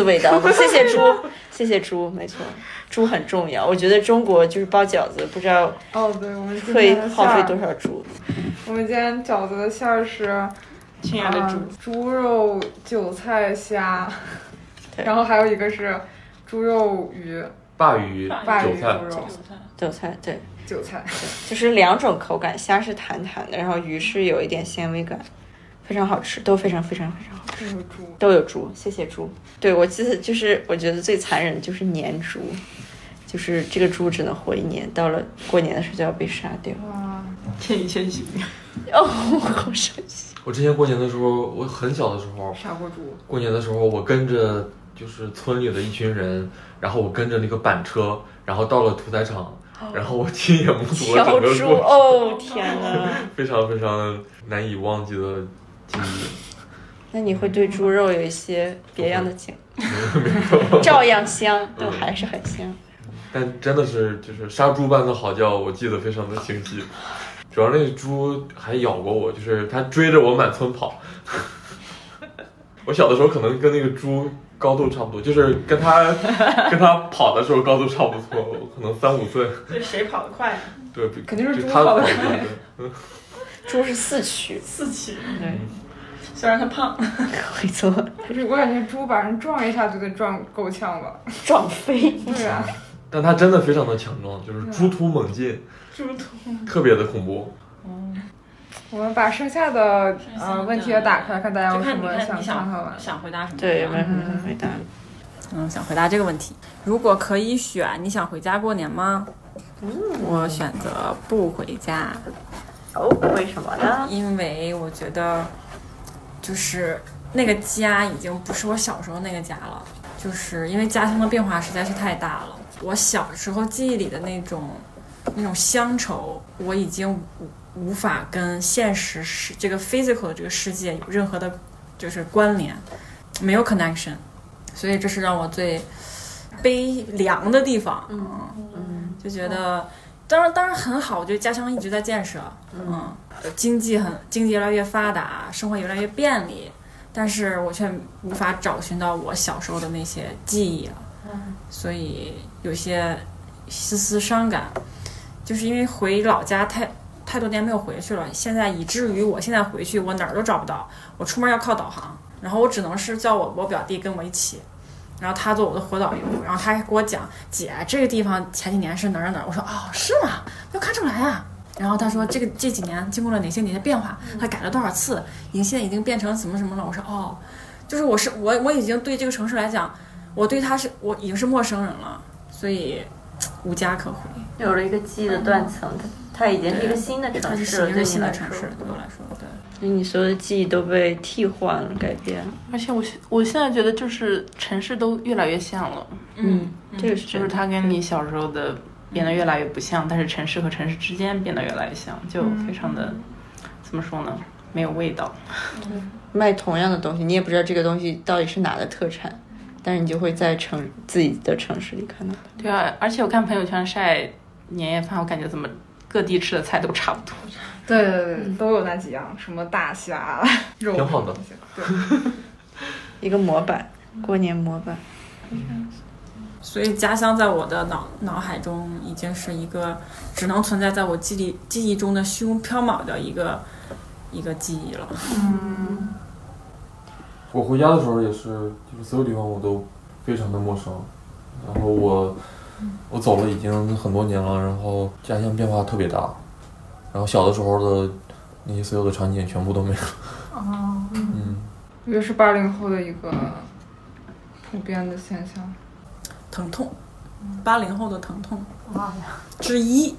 谢谢猪，没错，猪很重要。我觉得中国就是包饺子，不知道
对，我们
会耗费多少猪。
我们今天饺子的馅儿是
亲爱的
猪肉韭菜虾，然后还有一个是猪肉鱼、
鲅鱼、
韭菜，对，
韭菜，
就是两种口感，虾是弹弹的，然后鱼是有一点纤维感，非常好吃，都非常非常非常好吃，都有猪，谢谢猪。对，我记得就是我觉得最残忍的就是年猪，就是这个猪只能活1年，到了过年的时候就要被杀掉。
千与千寻。
好伤心。
我之前过年的时候，我很小的时候
杀过猪。
过年的时候，我跟着就是村里的一群人，然后我跟着那个板车，然后到了屠宰场，然后我亲眼目睹了整个过程。
哦天哪！
非常非常难以忘记的记忆。
那你会对猪肉有一些别样的景？照样香，都还是很香。
但真的是就是杀猪般的嚎叫，我记得非常的清晰。主要那个猪还咬过我，就是它追着我满村跑。我小的时候可能跟那个猪高度差不多，就是跟它跑的时候高度差不多，我可能3、5岁。
对，谁跑得快？
对，
肯定是猪跑得快。
猪是4驱，
对。虽然它胖，
没错。
不是，我感觉猪把人撞一下就得撞够呛吧，
撞飞。
对啊。
但它真的非常的强壮，就是猪突猛进，特别的恐怖。
我们把剩下的问题也打开，看大家有什么想看看完。
想回答什么？
对，有没有什么想回答？
想回答这个问题。如果可以选，你想回家过年吗？我选择不回家。
为什么呢？
因为我觉得，就是那个家已经不是我小时候那个家了，就是因为家乡的变化实在是太大了。我小时候记忆里的那种乡愁，我已经无法跟现实这个 physical 的这个世界有任何的，就是关联，没有 connection， 所以这是让我最悲凉的地方。就觉得。当然很好，我觉得家乡一直在建设，经济越来越发达，生活越来越便利，但是我却无法找寻到我小时候的那些记忆了，所以有些丝丝伤感，就是因为回老家太多年没有回去了，现在以至于我现在回去我哪儿都找不到，我出门要靠导航，然后我只能是叫我表弟跟我一起。然后他做我的活导游，然后他还给我讲，姐，这个地方前几年是哪儿哪儿，我说哦是吗？没有看出来啊。然后他说这几年经过了哪些变化，他改了多少次，现在已经变成什么什么了。我说哦，就是我已经对这个城市来讲，我已经是陌生人了，所以无家可回。
有了一个记忆的断层，它已经是一个新的城市了，
一个新的城市对我来说，对。
所以你所有的记忆都被替换了、改变了。
而且我现在觉得就是城市都越来越像了。
这个是
就是它跟你小时候的变得越来越不像，但是城市和城市之间变得越来越像，就非常的怎么说呢？没有味道。
卖同样的东西，你也不知道这个东西到底是哪的特产，但是你就会在自己的城市里看到。
对啊，而且我看朋友圈晒年夜饭，我感觉怎么各地吃的菜都差不多。
对，都有那几样，什么大虾、肉，
挺好的。
对，
一个模板，过年模板。
所以家乡在我的脑海中已经是一个只能存在在我记忆中的虚无缥缈的一个记忆了。
我回家的时候也是，就是所有地方我都非常的陌生，然后我走了已经很多年了，然后家乡变化特别大，然后小的时候的那些所有的场景全部都没有。
这是80后的一个普遍的现象。
疼痛，80后的疼痛之一。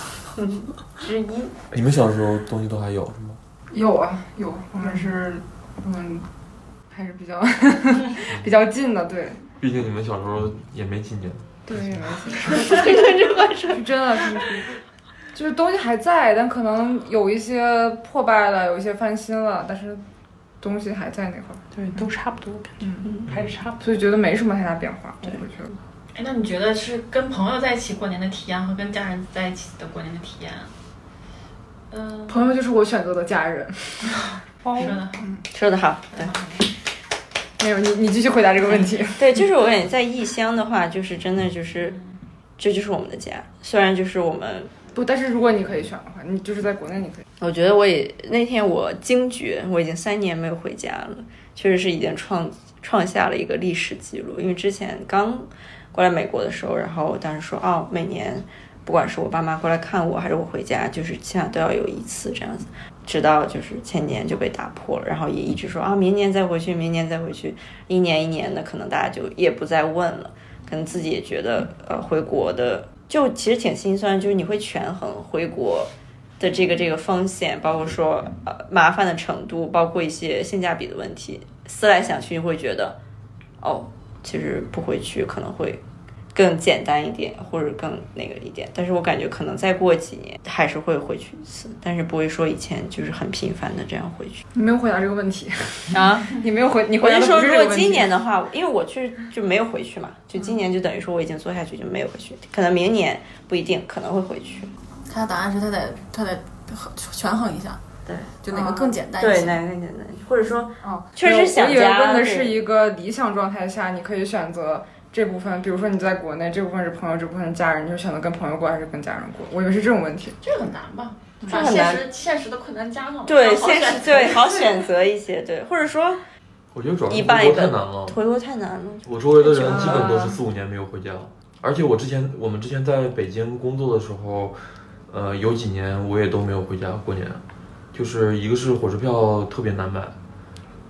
你们小时候东西都还有是吗？
有，我们是还是比较近的，对。
毕竟你们小时候也没几年。
对，也没几年。这话说真的是，就是东西还在，但可能有一些破败了，有一些翻新了，但是东西还在那块儿。
对，都差不多，感觉还是差不多，
所以觉得没什么太大变化。我回去了。
那你觉得是跟朋友在一起过年的体验和跟家人在一起的过年的体验？
朋友就是我选择的家人。
说得好，对。
没有，你继续回答这个问题。
对，就是我感觉在异乡的话，就是真的这就是我们的家。虽然就是我们
不，但是如果你可以选的话，你就是在国内你可以。
我觉得那天我惊觉，我已经3年没有回家了，确实是已经创下了一个历史记录。因为之前刚过来美国的时候，然后当时说每年不管是我爸妈过来看我还是我回家，就是起码都要有一次这样子。直到就是前年就被打破了，然后也一直说明年再回去，明年再回去，一年一年的，可能大家就也不再问了，可能自己也觉得回国的就其实挺心酸，就是你会权衡回国的这个风险，包括说麻烦的程度，包括一些性价比的问题，思来想去你会觉得其实不回去可能会更简单一点，或者更那个一点，但是我感觉可能再过几年还是会回去一次，但是不会说以前就是很频繁的这样回去。
你没有回答这个问题
啊？
你没有你回答的不是这个问题。
我就说如果今年的话，因为我就没有回去嘛，就今年就等于说我已经做下去就没有回去，可能明年不一定可能会回去。
他的答案是他得权衡一下，
对，
就哪个更简单一些，
对，哪个更简单，或者说确实想家。
我以为问的是一个理想状态下，你可以选择这部分，比如说你在国内，这部分是朋友，这部分是家人，你就选择跟朋友过还是跟家人过？我以为是这种问题。
这个很难吧？
这很难，
现实的困难加上
对现实对好选择一些，对，或者说
我觉得主要是
回国太难
了，
回国太难了。
我周围的人基本都是4-5年没有回家，而且我们之前在北京工作的时候，有几年我也都没有回家过年，就是一个是火车票特别难买，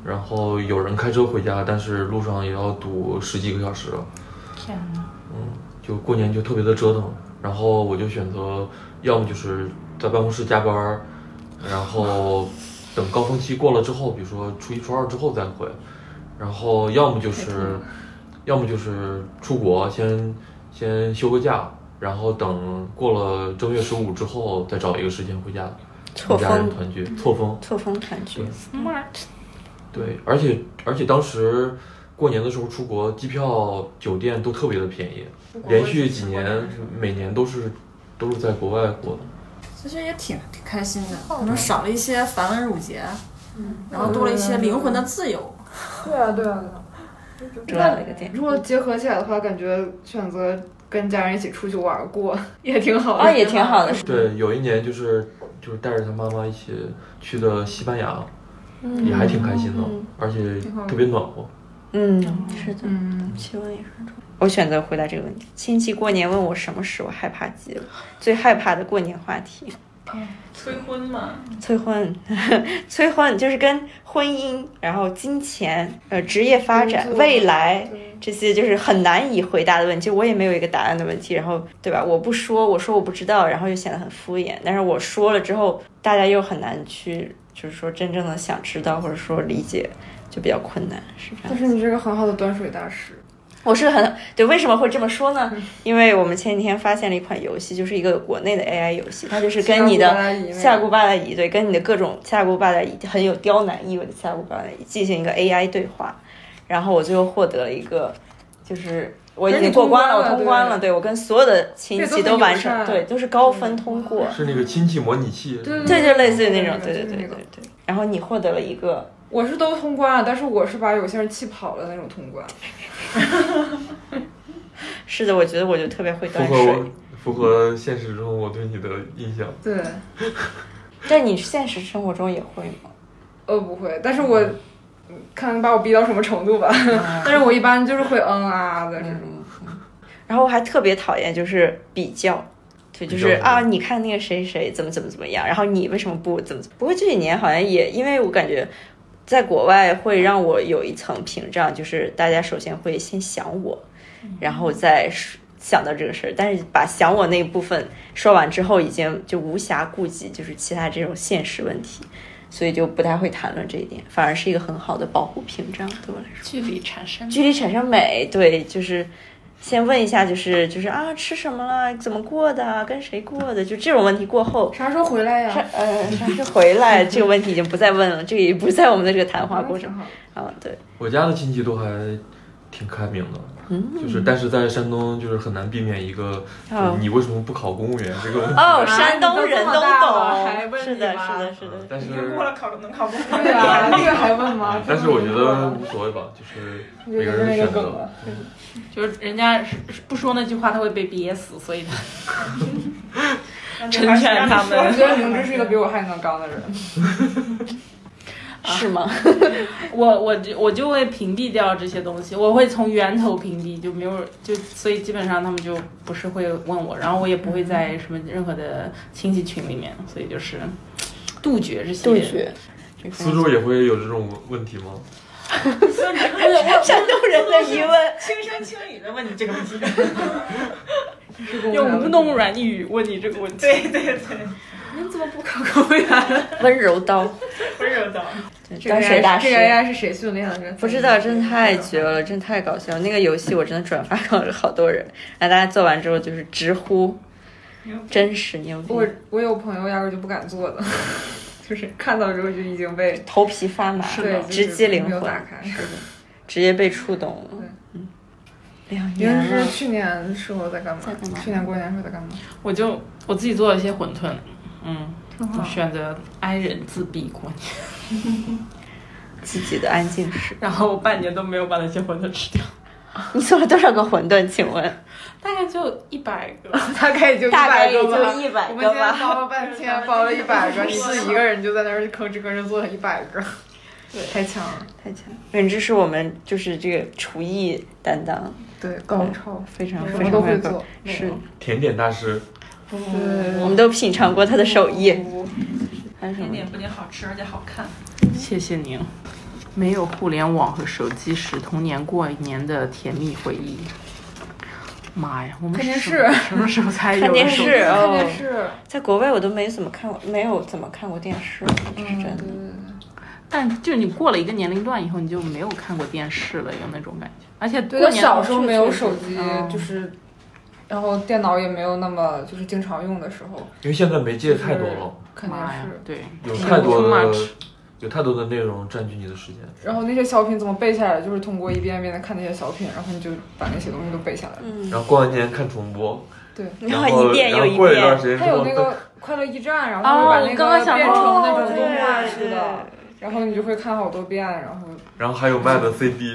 然后有人开车回家，但是路上也要堵10几个小时。
天哪！
就过年就特别的折腾，然后我就选择要么就是在办公室加班，然后等高峰期过了之后，比如说初1、初2之后再回，然后要么就是出国先休个假，然后等过了正月15之后再找一个时间回家，跟家人团聚，错峰
团聚
，smart。
对，而且当时过年的时候出国，机票、酒店都特别的便宜，连续几年每年都是在国外过的。
其实也挺开心的，可能少了一些繁文缛节，然后多了一些灵魂的自由。
对啊。
重要的一个点。
如果结合起来的话，感觉选择跟家人一起出去玩过也挺好的。
啊，也挺好的。
对，有一年就是带着他妈妈一起去的西班牙，也还挺开心的，而且特别暖和。
是的，气温也很重。我选择回答这个问题。亲戚过年问我什么事，我害怕极了。最害怕的过年话题。
催婚嘛？
催婚就是跟婚姻，然后金钱、职业发展、未来这些就是很难以回答的问题。我也没有一个答案的问题，然后对吧？我说我不知道，然后又显得很敷衍。但是我说了之后，大家又很难去，就是说真正的想知道或者说理解，就比较困难，是这样。
但是你是个很好的端水大师。
我是对，为什么会这么说呢？因为我们前几天发现了一款游戏，就是一个国内的 AI 游戏，它就是跟你的夏古巴拉仪，对，跟你的各种夏古巴拉仪很有刁难意味的夏古巴拉仪进行一个 AI 对话，然后我最后获得了一个，就是我已经过关了，我通关了，对，我跟所有的亲戚都完成，对，都是高分通过，
是那个亲戚模拟器，
对，就类似于那种，对。然后你获得了一个。
我是都通关了，但是我是把有些人气跑了那种通关。
是的，我觉得我就特别会端水，
符合现实中我对你的印象。
对。
但你现实生活中也会吗？
不会，但是我看把我逼到什么程度吧。但是我一般就是会啊的这种。
然后我还特别讨厌就是比较。对，就是啊，你看那个谁怎么样，然后你为什么不怎么？不过这几年好像也，因为我感觉在国外会让我有一层屏障，就是大家首先会先想我，然后再想到这个事儿，但是把想我那一部分说完之后，已经就无暇顾及就是其他这种现实问题，所以就不太会谈论这一点，反而是一个很好的保护屏障对我来说。
距离产生
美，对，就是先问一下，就是啊，吃什么了？怎么过的？跟谁过的？就这种问题过后，
啥时候回来呀？
啥时候回来？这个问题已经不再问了，这个也不在我们的这个谈话过程。对。
我家的亲戚都还挺开明的，就是但是在山东就是很难避免一个，你为什么不考公务员这个问题？
山东人都懂，是的。
但是
过了能考公务员，
对啊，这个还问吗？
但是我觉得无所谓吧，就是每个人的选择。
就是人家不说那句话，他会被憋死，所以成全他们。
我觉得明芝是一个比我还能刚的人。
是吗？
我就会屏蔽掉这些东西，我会从源头屏蔽，就没有所以基本上他们就不是会问我，然后我也不会在什么任何的亲戚群里面，所以就是杜绝这些。
杜绝。
苏州也会有这种问题吗？
山东人的疑问，
轻声轻语的问你这个问题，
用吴侬软语问你这个问题。
对，
你怎么不考公务员？
温柔刀。端水大师。
这个 AI 是谁训练的？
不知道，真太绝了，真太搞笑。那个游戏我真的转发给了好多人，然后大家做完之后就是直呼真实牛逼。
我有朋友压根就不敢做的。就是看到之后就已经被
头皮发麻，
对，
直击灵魂，
是的，
直接被触动了。对，2年了。
你是去年时候在干嘛？去年过年时候在干嘛？
我自己做了一些馄饨，我选择安人自闭过年，
自己的安静室。
然后我半年都没有把那些馄饨吃掉。
你做了多少个馄饨？请问？
大概就100个，
大概也就100个吧。
我
们今天包了半天，包了100个，你自己一个人就在那儿吭哧做了100个，对，太强了。
远志是我们就是这个厨艺担当，
对，高超，
非常
什么都会做，
是
甜点大师。
对，
我们都品尝过他的手艺。
甜点不仅好吃，而且好看。
谢谢您。 没有互联网和手机时童年过年的甜蜜回忆。妈呀，我们
看电视
什么时候才有
看电视
看电
哦，
视，
在国外我都没怎么看过，没有怎么看过电视，这是真的。
但就你过了一个年龄段以后，你就没有看过电视了，有那种感觉。而且
对，
过年
小时候没有手机，
嗯
就是，然后电脑也没有那么就是经常用的时候，
因为现在媒介太多了，
看电
妈呀
视，，
对，
有太多
Too
的
much
有太多的内容占据你的时间。
然后那些小品怎么背下来，就是通过一遍一遍的看那些小品，然后你就把那些东西都背下来了。
然后过完年看重播，
对，
然
后
后一遍又一
过一段
遍，
时间之后
还有那个快乐驿站，然后他会把那
我刚刚
个
想
变成那种
哦
动画
对
式的，然后你就会看好多遍，然后
还有卖的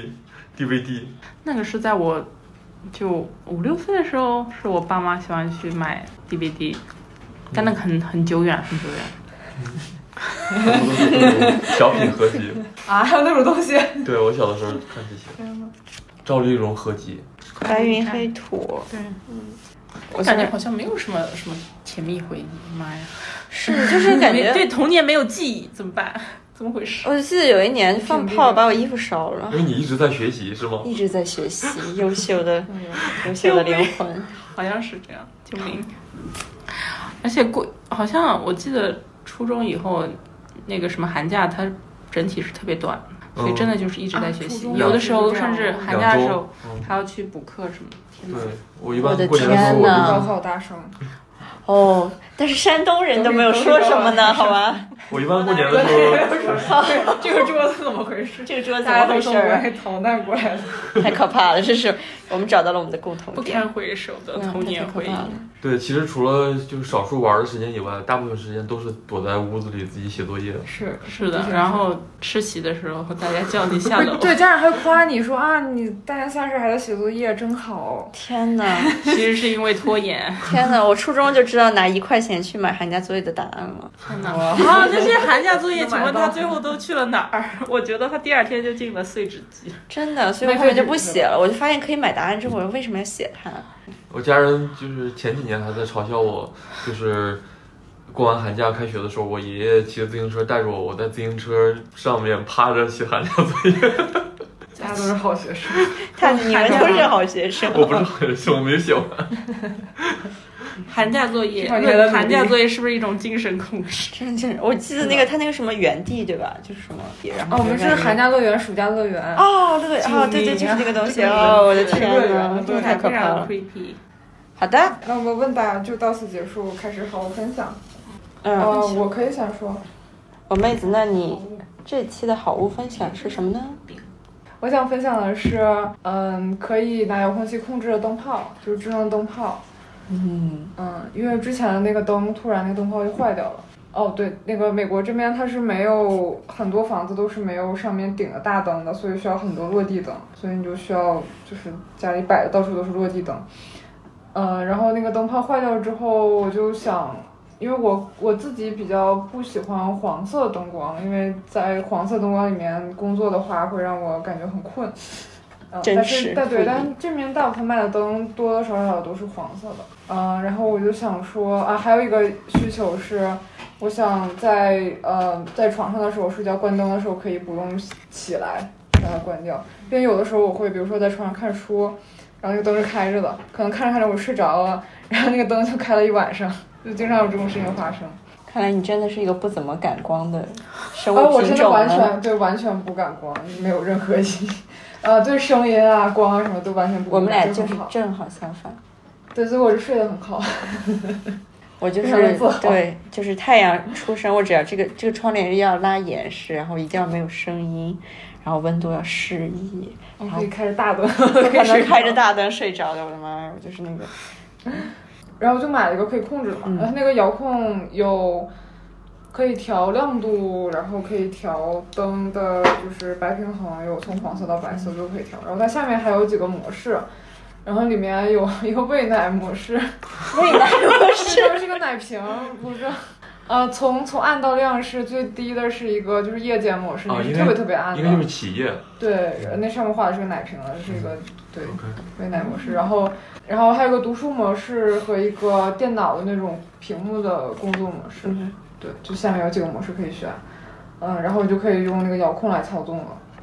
CD、DVD。
那个是在我就5、6岁的时候，是我爸妈喜欢去买 DVD，但那个很久远，很久远。
很多都是那种小品合集。
啊，还有那种东西，
对，我小的时候看这些。赵丽蓉合集。
白云黑土，
对，
我
感觉好像没有什么甜蜜回忆。妈呀，
是就是感觉
对童年没有记忆怎么办？怎么回事？
我记得有一年放炮把我衣服烧了
因，为你一直在学习是吗？
一直在学习，优秀的灵魂。
好像是这样，救命！而且好像我记得初中以后，那个什么寒假它整体是特别短，所以真的就是一直在学习。
初中
有的时候
是这样
甚至寒假的时候
2周
还要去补课什么的。天哪
对，我一般
我的
过年的时候我
天哪
高
就
考大声，
哦，但是山东人都没有说什么呢，好吧？
我一般过年的时候，
这个桌子怎么回事？
这个桌子怎
大家都
么回事儿？
从国外逃难过来的。
太可怕了！这是我们找到了我们的共同点
不堪。回首的童年回忆。
对，其实除了就是少数玩的时间以外，大部分时间都是躲在屋子里自己写作业。
是的，然后吃席的时候大家叫你下楼。
对，家长还会夸你说啊，你大年三十还在写作业，真好。
天哪，
其实是因为拖延。
天哪！我初中就知道拿1块钱去买寒假作业的答案了。
天哪！啊，那些寒假作业，请问他最后都去了哪儿？我觉得他第2天就进了碎纸机。
真的，所以我后面就不写了。我就发现可以买答案之后，我为什么要写它？
我家人就是前几年还在嘲笑我，就是过完寒假开学的时候，我爷爷骑着自行车带着我，我在自行车上面趴着写寒假作业。
大家都是好学生。
你们都是好学生。
我不是好学生，我没写完。
寒假作业，
少年的努力
寒假作业是不是一种精神控制？
真的，我记得那个他那个什么园地对吧？就是什么，然后
哦，我们是寒假乐园、暑假乐园。
哦，对哦，对对，就是那个东西。哦，我的天呐，这太可怕了。
creepy。
好的，
那我们问答就到此结束，开始好好分享。我可以先说，
我妹子，那你这期的好物分享是什么呢？
我想分享的是，可以拿遥控器控制的灯泡，就是智能灯泡。因为之前的那个灯突然那个灯泡就坏掉了。哦，对，那个美国这边它是没有很多房子都是没有上面顶的大灯的，所以需要很多落地灯，所以你就需要就是家里摆的到处都是落地灯。然后那个灯泡坏掉之后，我就想，因为我自己比较不喜欢黄色灯光，因为在黄色灯光里面工作的话会让我感觉很困。但是这边大部分卖的灯多多少少都是黄色的。然后我就想说还有一个需求是，我想在床上的时候睡觉关灯的时候可以不用起来把它关掉，因为有的时候我会比如说在床上看书，然后那个灯是开着的，可能看着看着我睡着了，然后那个灯就开了一晚上，就经常有这种事情发生。
看来你真的是一个不怎么感光的生物
我真的
品种
完全不感光，没有任何意义。对声音啊、光啊什么都完全不。
我们俩就是正好相反。
对，所以我就睡得很好。
我就是对，就是太阳出生，我只要这个窗帘要拉严实，然后一定要没有声音，然后温度要适宜，然后
可以开着大灯，
可能开着大灯睡着的。我的妈呀，我就是那个。
然后就买了一个可以控制的嘛，然后那个遥控有可以调亮度，然后可以调灯的就是白平衡，有从黄色到白色都可以调，然后它下面还有几个模式，然后里面有一个喂奶模式，
喂奶模式
是个奶瓶，不是。从暗到亮是最低的，是一个就是夜间模式，那是特别特别暗的，
应该就是起夜。
对，那上面画的是个奶瓶了，是一个对喂奶模式，然后还有个读书模式和一个电脑的那种屏幕的工作模式，对，就下面有几个模式可以选，然后你就可以用那个遥控来操纵了。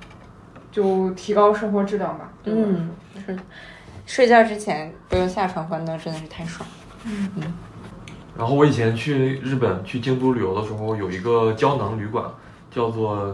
就提高生活质量吧。
是的，睡觉之前不用下床关灯，真的是太爽。
然后我以前去日本去京都旅游的时候，有一个胶囊旅馆，叫做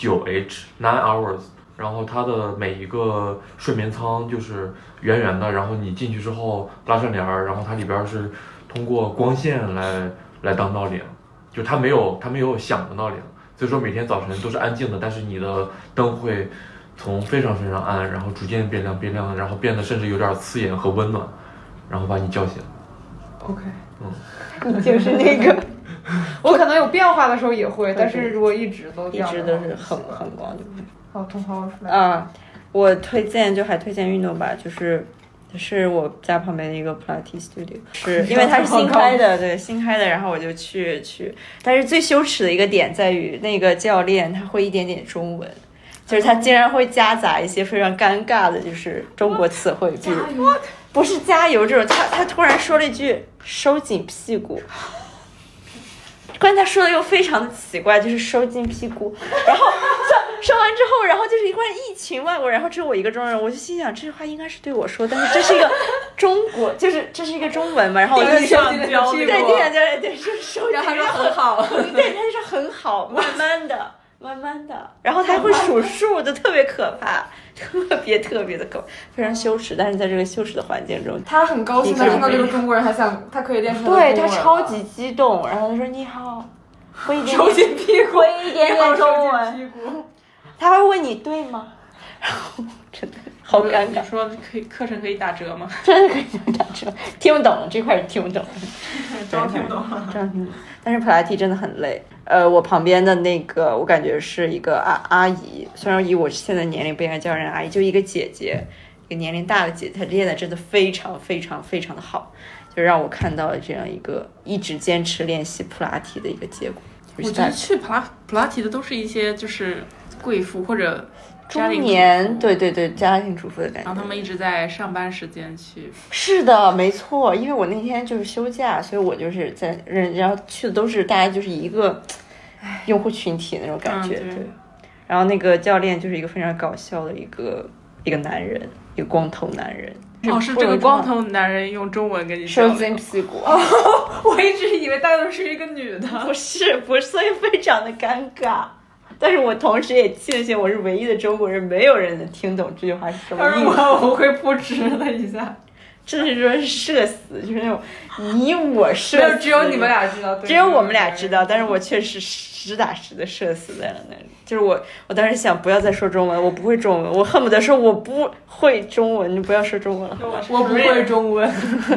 9H 9 hours， 然后它的每一个睡眠舱就是圆圆的，然后你进去之后拉上帘儿，然后它里边是通过光线来当闹铃，就它没有响的闹铃，所以说每天早晨都是安静的，但是你的灯会从非常非常暗，然后逐渐变亮，然后变得甚至有点刺眼和温暖，然后把你叫醒。
OK，
你就是那个，
我可能有变化的时候也会，但是如果一直都这样的话，
一直都是很光就不会。
好，茼蒿出来。
啊，我还推荐运动吧，是我家旁边的一个 Pilates studio， 是因为它是新开的，对，新开的，然后我就去，但是最羞耻的一个点在于那个教练他会一点点中文，就是他竟然会夹杂一些非常尴尬的，就是中国词汇，比如不是加油这种，他突然说了一句收紧屁股。关键他说的又非常的奇怪，就是收紧屁股，然后说完之后，然后就是一群外国人，然后只有我一个中国人，我就心想这句话应该是对我说，但是这是一个中国，就是这是一个中文嘛，然后我就
收紧的屁股，
对，对，是收紧，
然后他说很好，
对，他就说很好，慢慢的，然后他还会数数的，特别可怕，特别的可怕，非常羞耻。但是在这个羞耻的环境中，
他很高兴的看到这个中国人，他可以练成
对他超级激动，然后他说你好，会一点
收紧屁股，
会一点点中文，他会问你对吗？然后真的好尴尬。
你说课程可以打折吗？
真的可以打折，听不懂了，这块是听不懂的，
真听不懂了，
真听不懂。但是普拉提真的很累。我旁边的那个，我感觉是一个阿姨，虽然以我现在年龄不应该叫人阿姨，就一个姐姐，一个年龄大的姐姐，她练的真的非常的好，就让我看到了这样一个一直坚持练习普拉提的一个结果。
我觉得去普拉提的都是一些就是贵妇或者
中年，对，家庭主妇的感觉。
然后他们一直在上班时间去。
是的，没错，因为我那天就是休假，所以我就是在然后去的都是大家就是一个用户群体那种感觉，对。然后那个教练就是一个非常搞笑的一个男人，一个光头男人。
哦，是这个光头男人用中文跟你
收紧屁股。
我一直以为大家是一个女的，
不是，所以非常的尴尬。但是我同时也庆幸我是唯一的中国人，没有人能听懂这句话是什么意思。
我会不知了一下，
这是说是社死，就是那种你我社死，
只有你们俩知道，
只有我们俩知道，但是我确实实打实的社死在了那里。就是我当时想不要再说中文，我不会中文，我恨不得说我不会中文，你不要说中文了，
我不会中文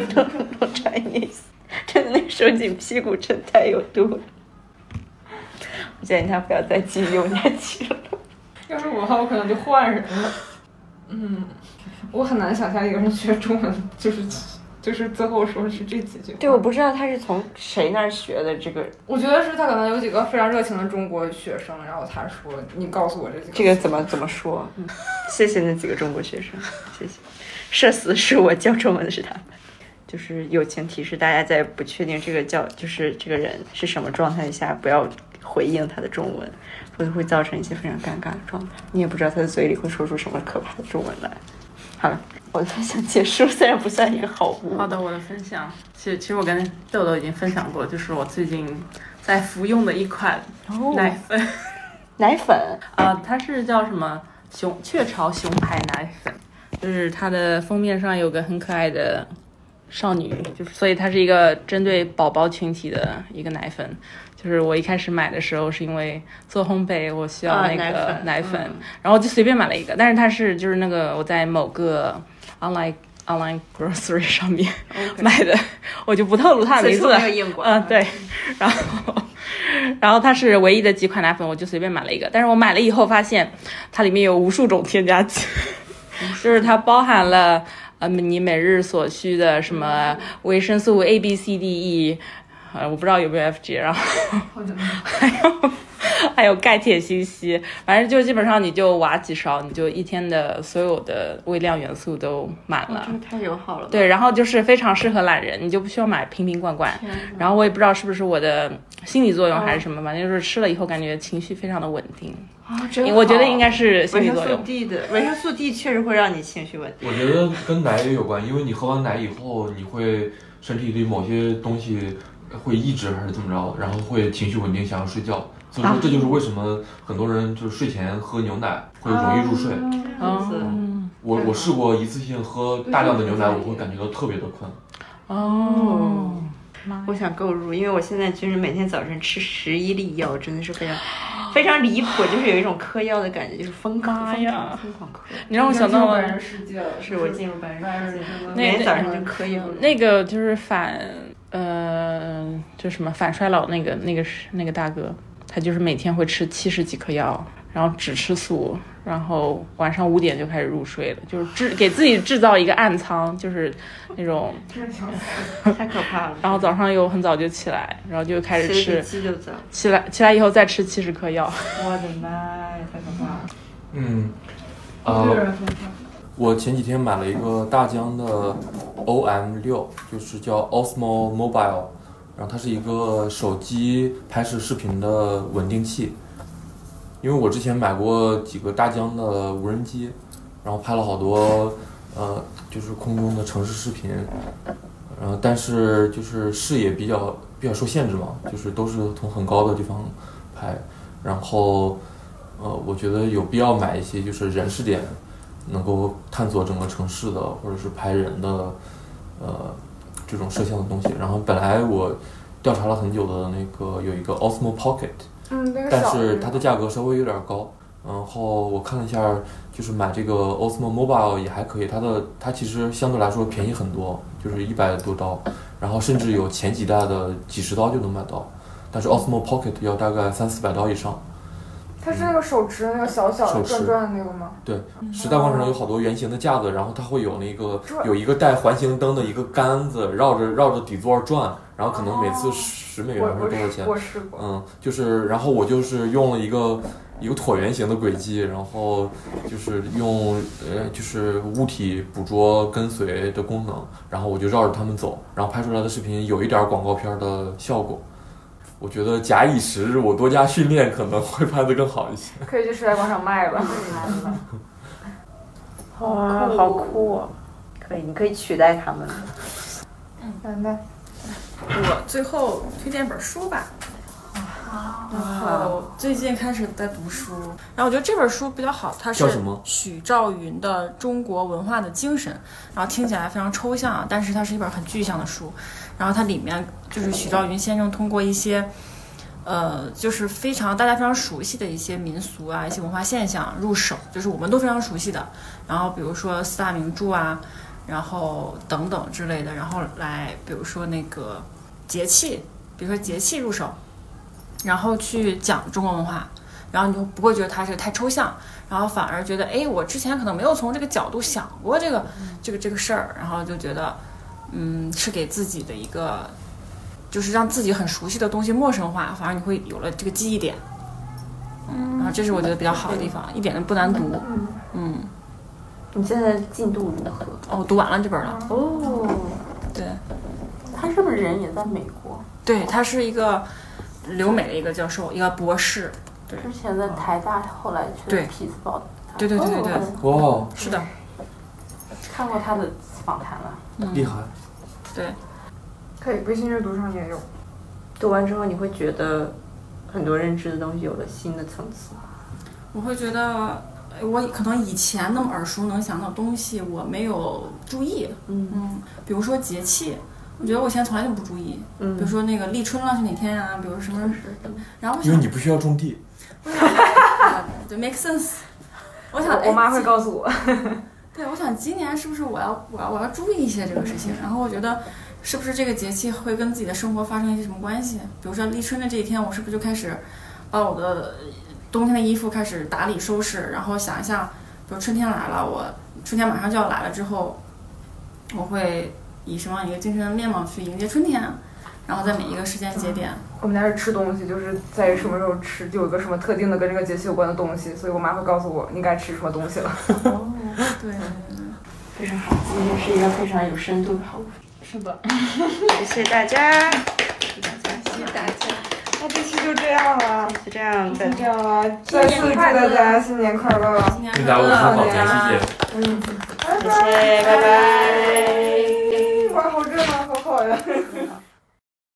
，Chinese， 真的那个收紧屁股真太有度了。我建议他不要再继续用下去了。
要是我的话，我可能就换人了。我很难想象一个人学中文，就是最后说是这几句话。
对，我不知道他是从谁那儿学的这个。
我觉得是他可能有几个非常热情的中国学生，然后他说：“你告诉我这几个。”
这个怎么说？谢谢那几个中国学生，谢谢。社死是我教中文的是他们。就是友情提示大家，在不确定就是这个人是什么状态下，不要回应他的中文，否则会造成一些非常尴尬的状态。你也不知道他的嘴里会说出什么可怕的中文来。好了，我的分享结束，虽然不算一个好物。
好的，我的分享，其实我跟豆豆已经分享过，就是我最近在服用的一款奶粉。
奶粉
它是叫什么雀巢熊牌奶粉，就是它的封面上有个很可爱的少女，就是所以它是一个针对宝宝群体的一个奶粉。就是我一开始买的时候是因为做烘焙我需要那个奶粉，然后就随便买了一个，但是它是就是那个我在某个 online grocery 上面买的，我就不透露它的名字了。对，然后它是唯一的几款奶粉，我就随便买了一个，但是我买了以后发现它里面有无数种添加剂，就是它包含了你每日所需的什么维生素 A B C D E。我不知道有没有 FG， 然后还有钙铁锌硒，反正就基本上你就挖几勺，你就一天的所有的微量元素都满了。
这个太友好了。
对，然后就是非常适合懒人，你就不需要买瓶罐罐。然后我也不知道是不是我的心理作用还是什么，反正就是吃了以后感觉情绪非常的稳定。
真好
我觉得应该是心理作用。
维生素 D 确实会让你情绪稳定。
我觉得跟奶也有关，因为你喝完奶以后，你会身体里某些东西会抑制还是怎么着，然后会情绪稳定，想要睡觉。所以说这就是为什么很多人就是睡前喝牛奶会容易入睡。我试过一次性喝大量的牛奶，我会感觉到特别的困。
我想购入，因为我现在就是每天早晨吃11粒药，真的是非常离谱，就是有一种嗑药的感觉，就是疯狂嗑。
你让我想到了，
是我进入白人世界，每天早上就嗑药。
那个就是就什么反衰老那个大哥，他就是每天会吃70几颗药，然后只吃素，然后晚上5点就开始入睡了，就是给自己制造一个暗仓，就是那种
太可怕了。
然后早上又很早就起来，然后就开始吃，起来以后再吃70颗药。
我的妈呀，太可怕了。
我前几天买了一个大疆的 OM6，就是叫 Osmo Mobile， 然后它是一个手机拍摄视频的稳定器。因为我之前买过几个大疆的无人机，然后拍了好多就是空中的城市视频，但是就是视野比较受限制嘛，就是都是从很高的地方拍，然后我觉得有必要买一些就是人视点，能够探索整个城市的或者是拍人的这种摄像的东西。然后本来我调查了很久的那个有一个 Osmo Pocket。但是它的价格稍微有点高，然后我看了一下，就是买这个 Osmo Mobile 也还可以，它其实相对来说便宜很多，就是100多刀，然后甚至有前几代的几十刀就能买到，但是 Osmo Pocket 要大概300-400刀以上。
它是那个手持那个小的转转的那个吗？
对，时代广场有好多圆形的架子，然后它会有有一个带环形灯的一个杆子，绕着底座转，然后可能每次$10还是多少钱？
我试过。
然后我就是用了一个椭圆形的轨迹，然后就是用就是物体捕捉跟随的功能，然后我就绕着它们走，然后拍出来的视频有一点广告片的效果。我觉得假以时日，我多加训练可能会拍得更好一些。
可以去时代广场卖了。
哇，好酷啊！可以，你可以取代他们。
来，
我最后推荐本书吧。然后最近开始在读书，然后我觉得这本书比较好，它是许兆云的《中国文化的精神》，然后听起来非常抽象，但是它是一本很具象的书。然后它里面就是许兆云先生通过一些就是大家非常熟悉的一些民俗啊，一些文化现象入手，就是我们都非常熟悉的，然后比如说4大名著啊，然后等等之类的，然后来比如说那个节气入手，然后去讲中国文化，然后你就不会觉得它是太抽象，然后反而觉得我之前可能没有从这个角度想过这个事儿，然后就觉得是给自己的一个就是让自己很熟悉的东西陌生化，反而你会有了这个记忆点，然后这是我觉得比较好的地方，一点都不难读。
你现在进度如何？
我读完了这本了。对，
他是不是人也在美国？
对，他是一个留美的一个教授，一个博士。对，
之前在台大，后来去匹兹堡。
对。
哇，
是的，
看过他的访谈了。
厉害。
对，
可以，微信阅读上也有。
读完之后，你会觉得很多认知的东西有了新的层次。
我会觉得，我可能以前那么耳熟能详的东西，我没有注意。比如说节气，我觉得我以前从来就不注意。比如说那个立春了是哪天啊？比如什么？然后
因为你不需要种地。
对 ，make sense。我想，
我妈会告诉我。
对，我想今年是不是我要注意一些这个事情？然后我觉得，是不是这个节气会跟自己的生活发生一些什么关系？比如说立春的这一天，我是不是就开始把我的冬天的衣服开始打理收拾，然后想一下，比如春天来了，我春天马上就要来了之后，我会以什么样一个精神的面貌去迎接春天？然后在每一个时间节点，
我们家是吃东西，就是在什么时候吃，就有一个什么特定的跟这个节气有关的东西，所以我妈会告诉我你该吃什么东西了。
对，
非常好，今天是一个非常有深度的好。
是的，
谢谢大家，
谢谢大家。 这样了，
就这样，再
这样了，再次祝大家新年快乐，
新年
祝大家午餐好，谢谢。
谢谢，拜拜。
哇，好热闹，好好呀。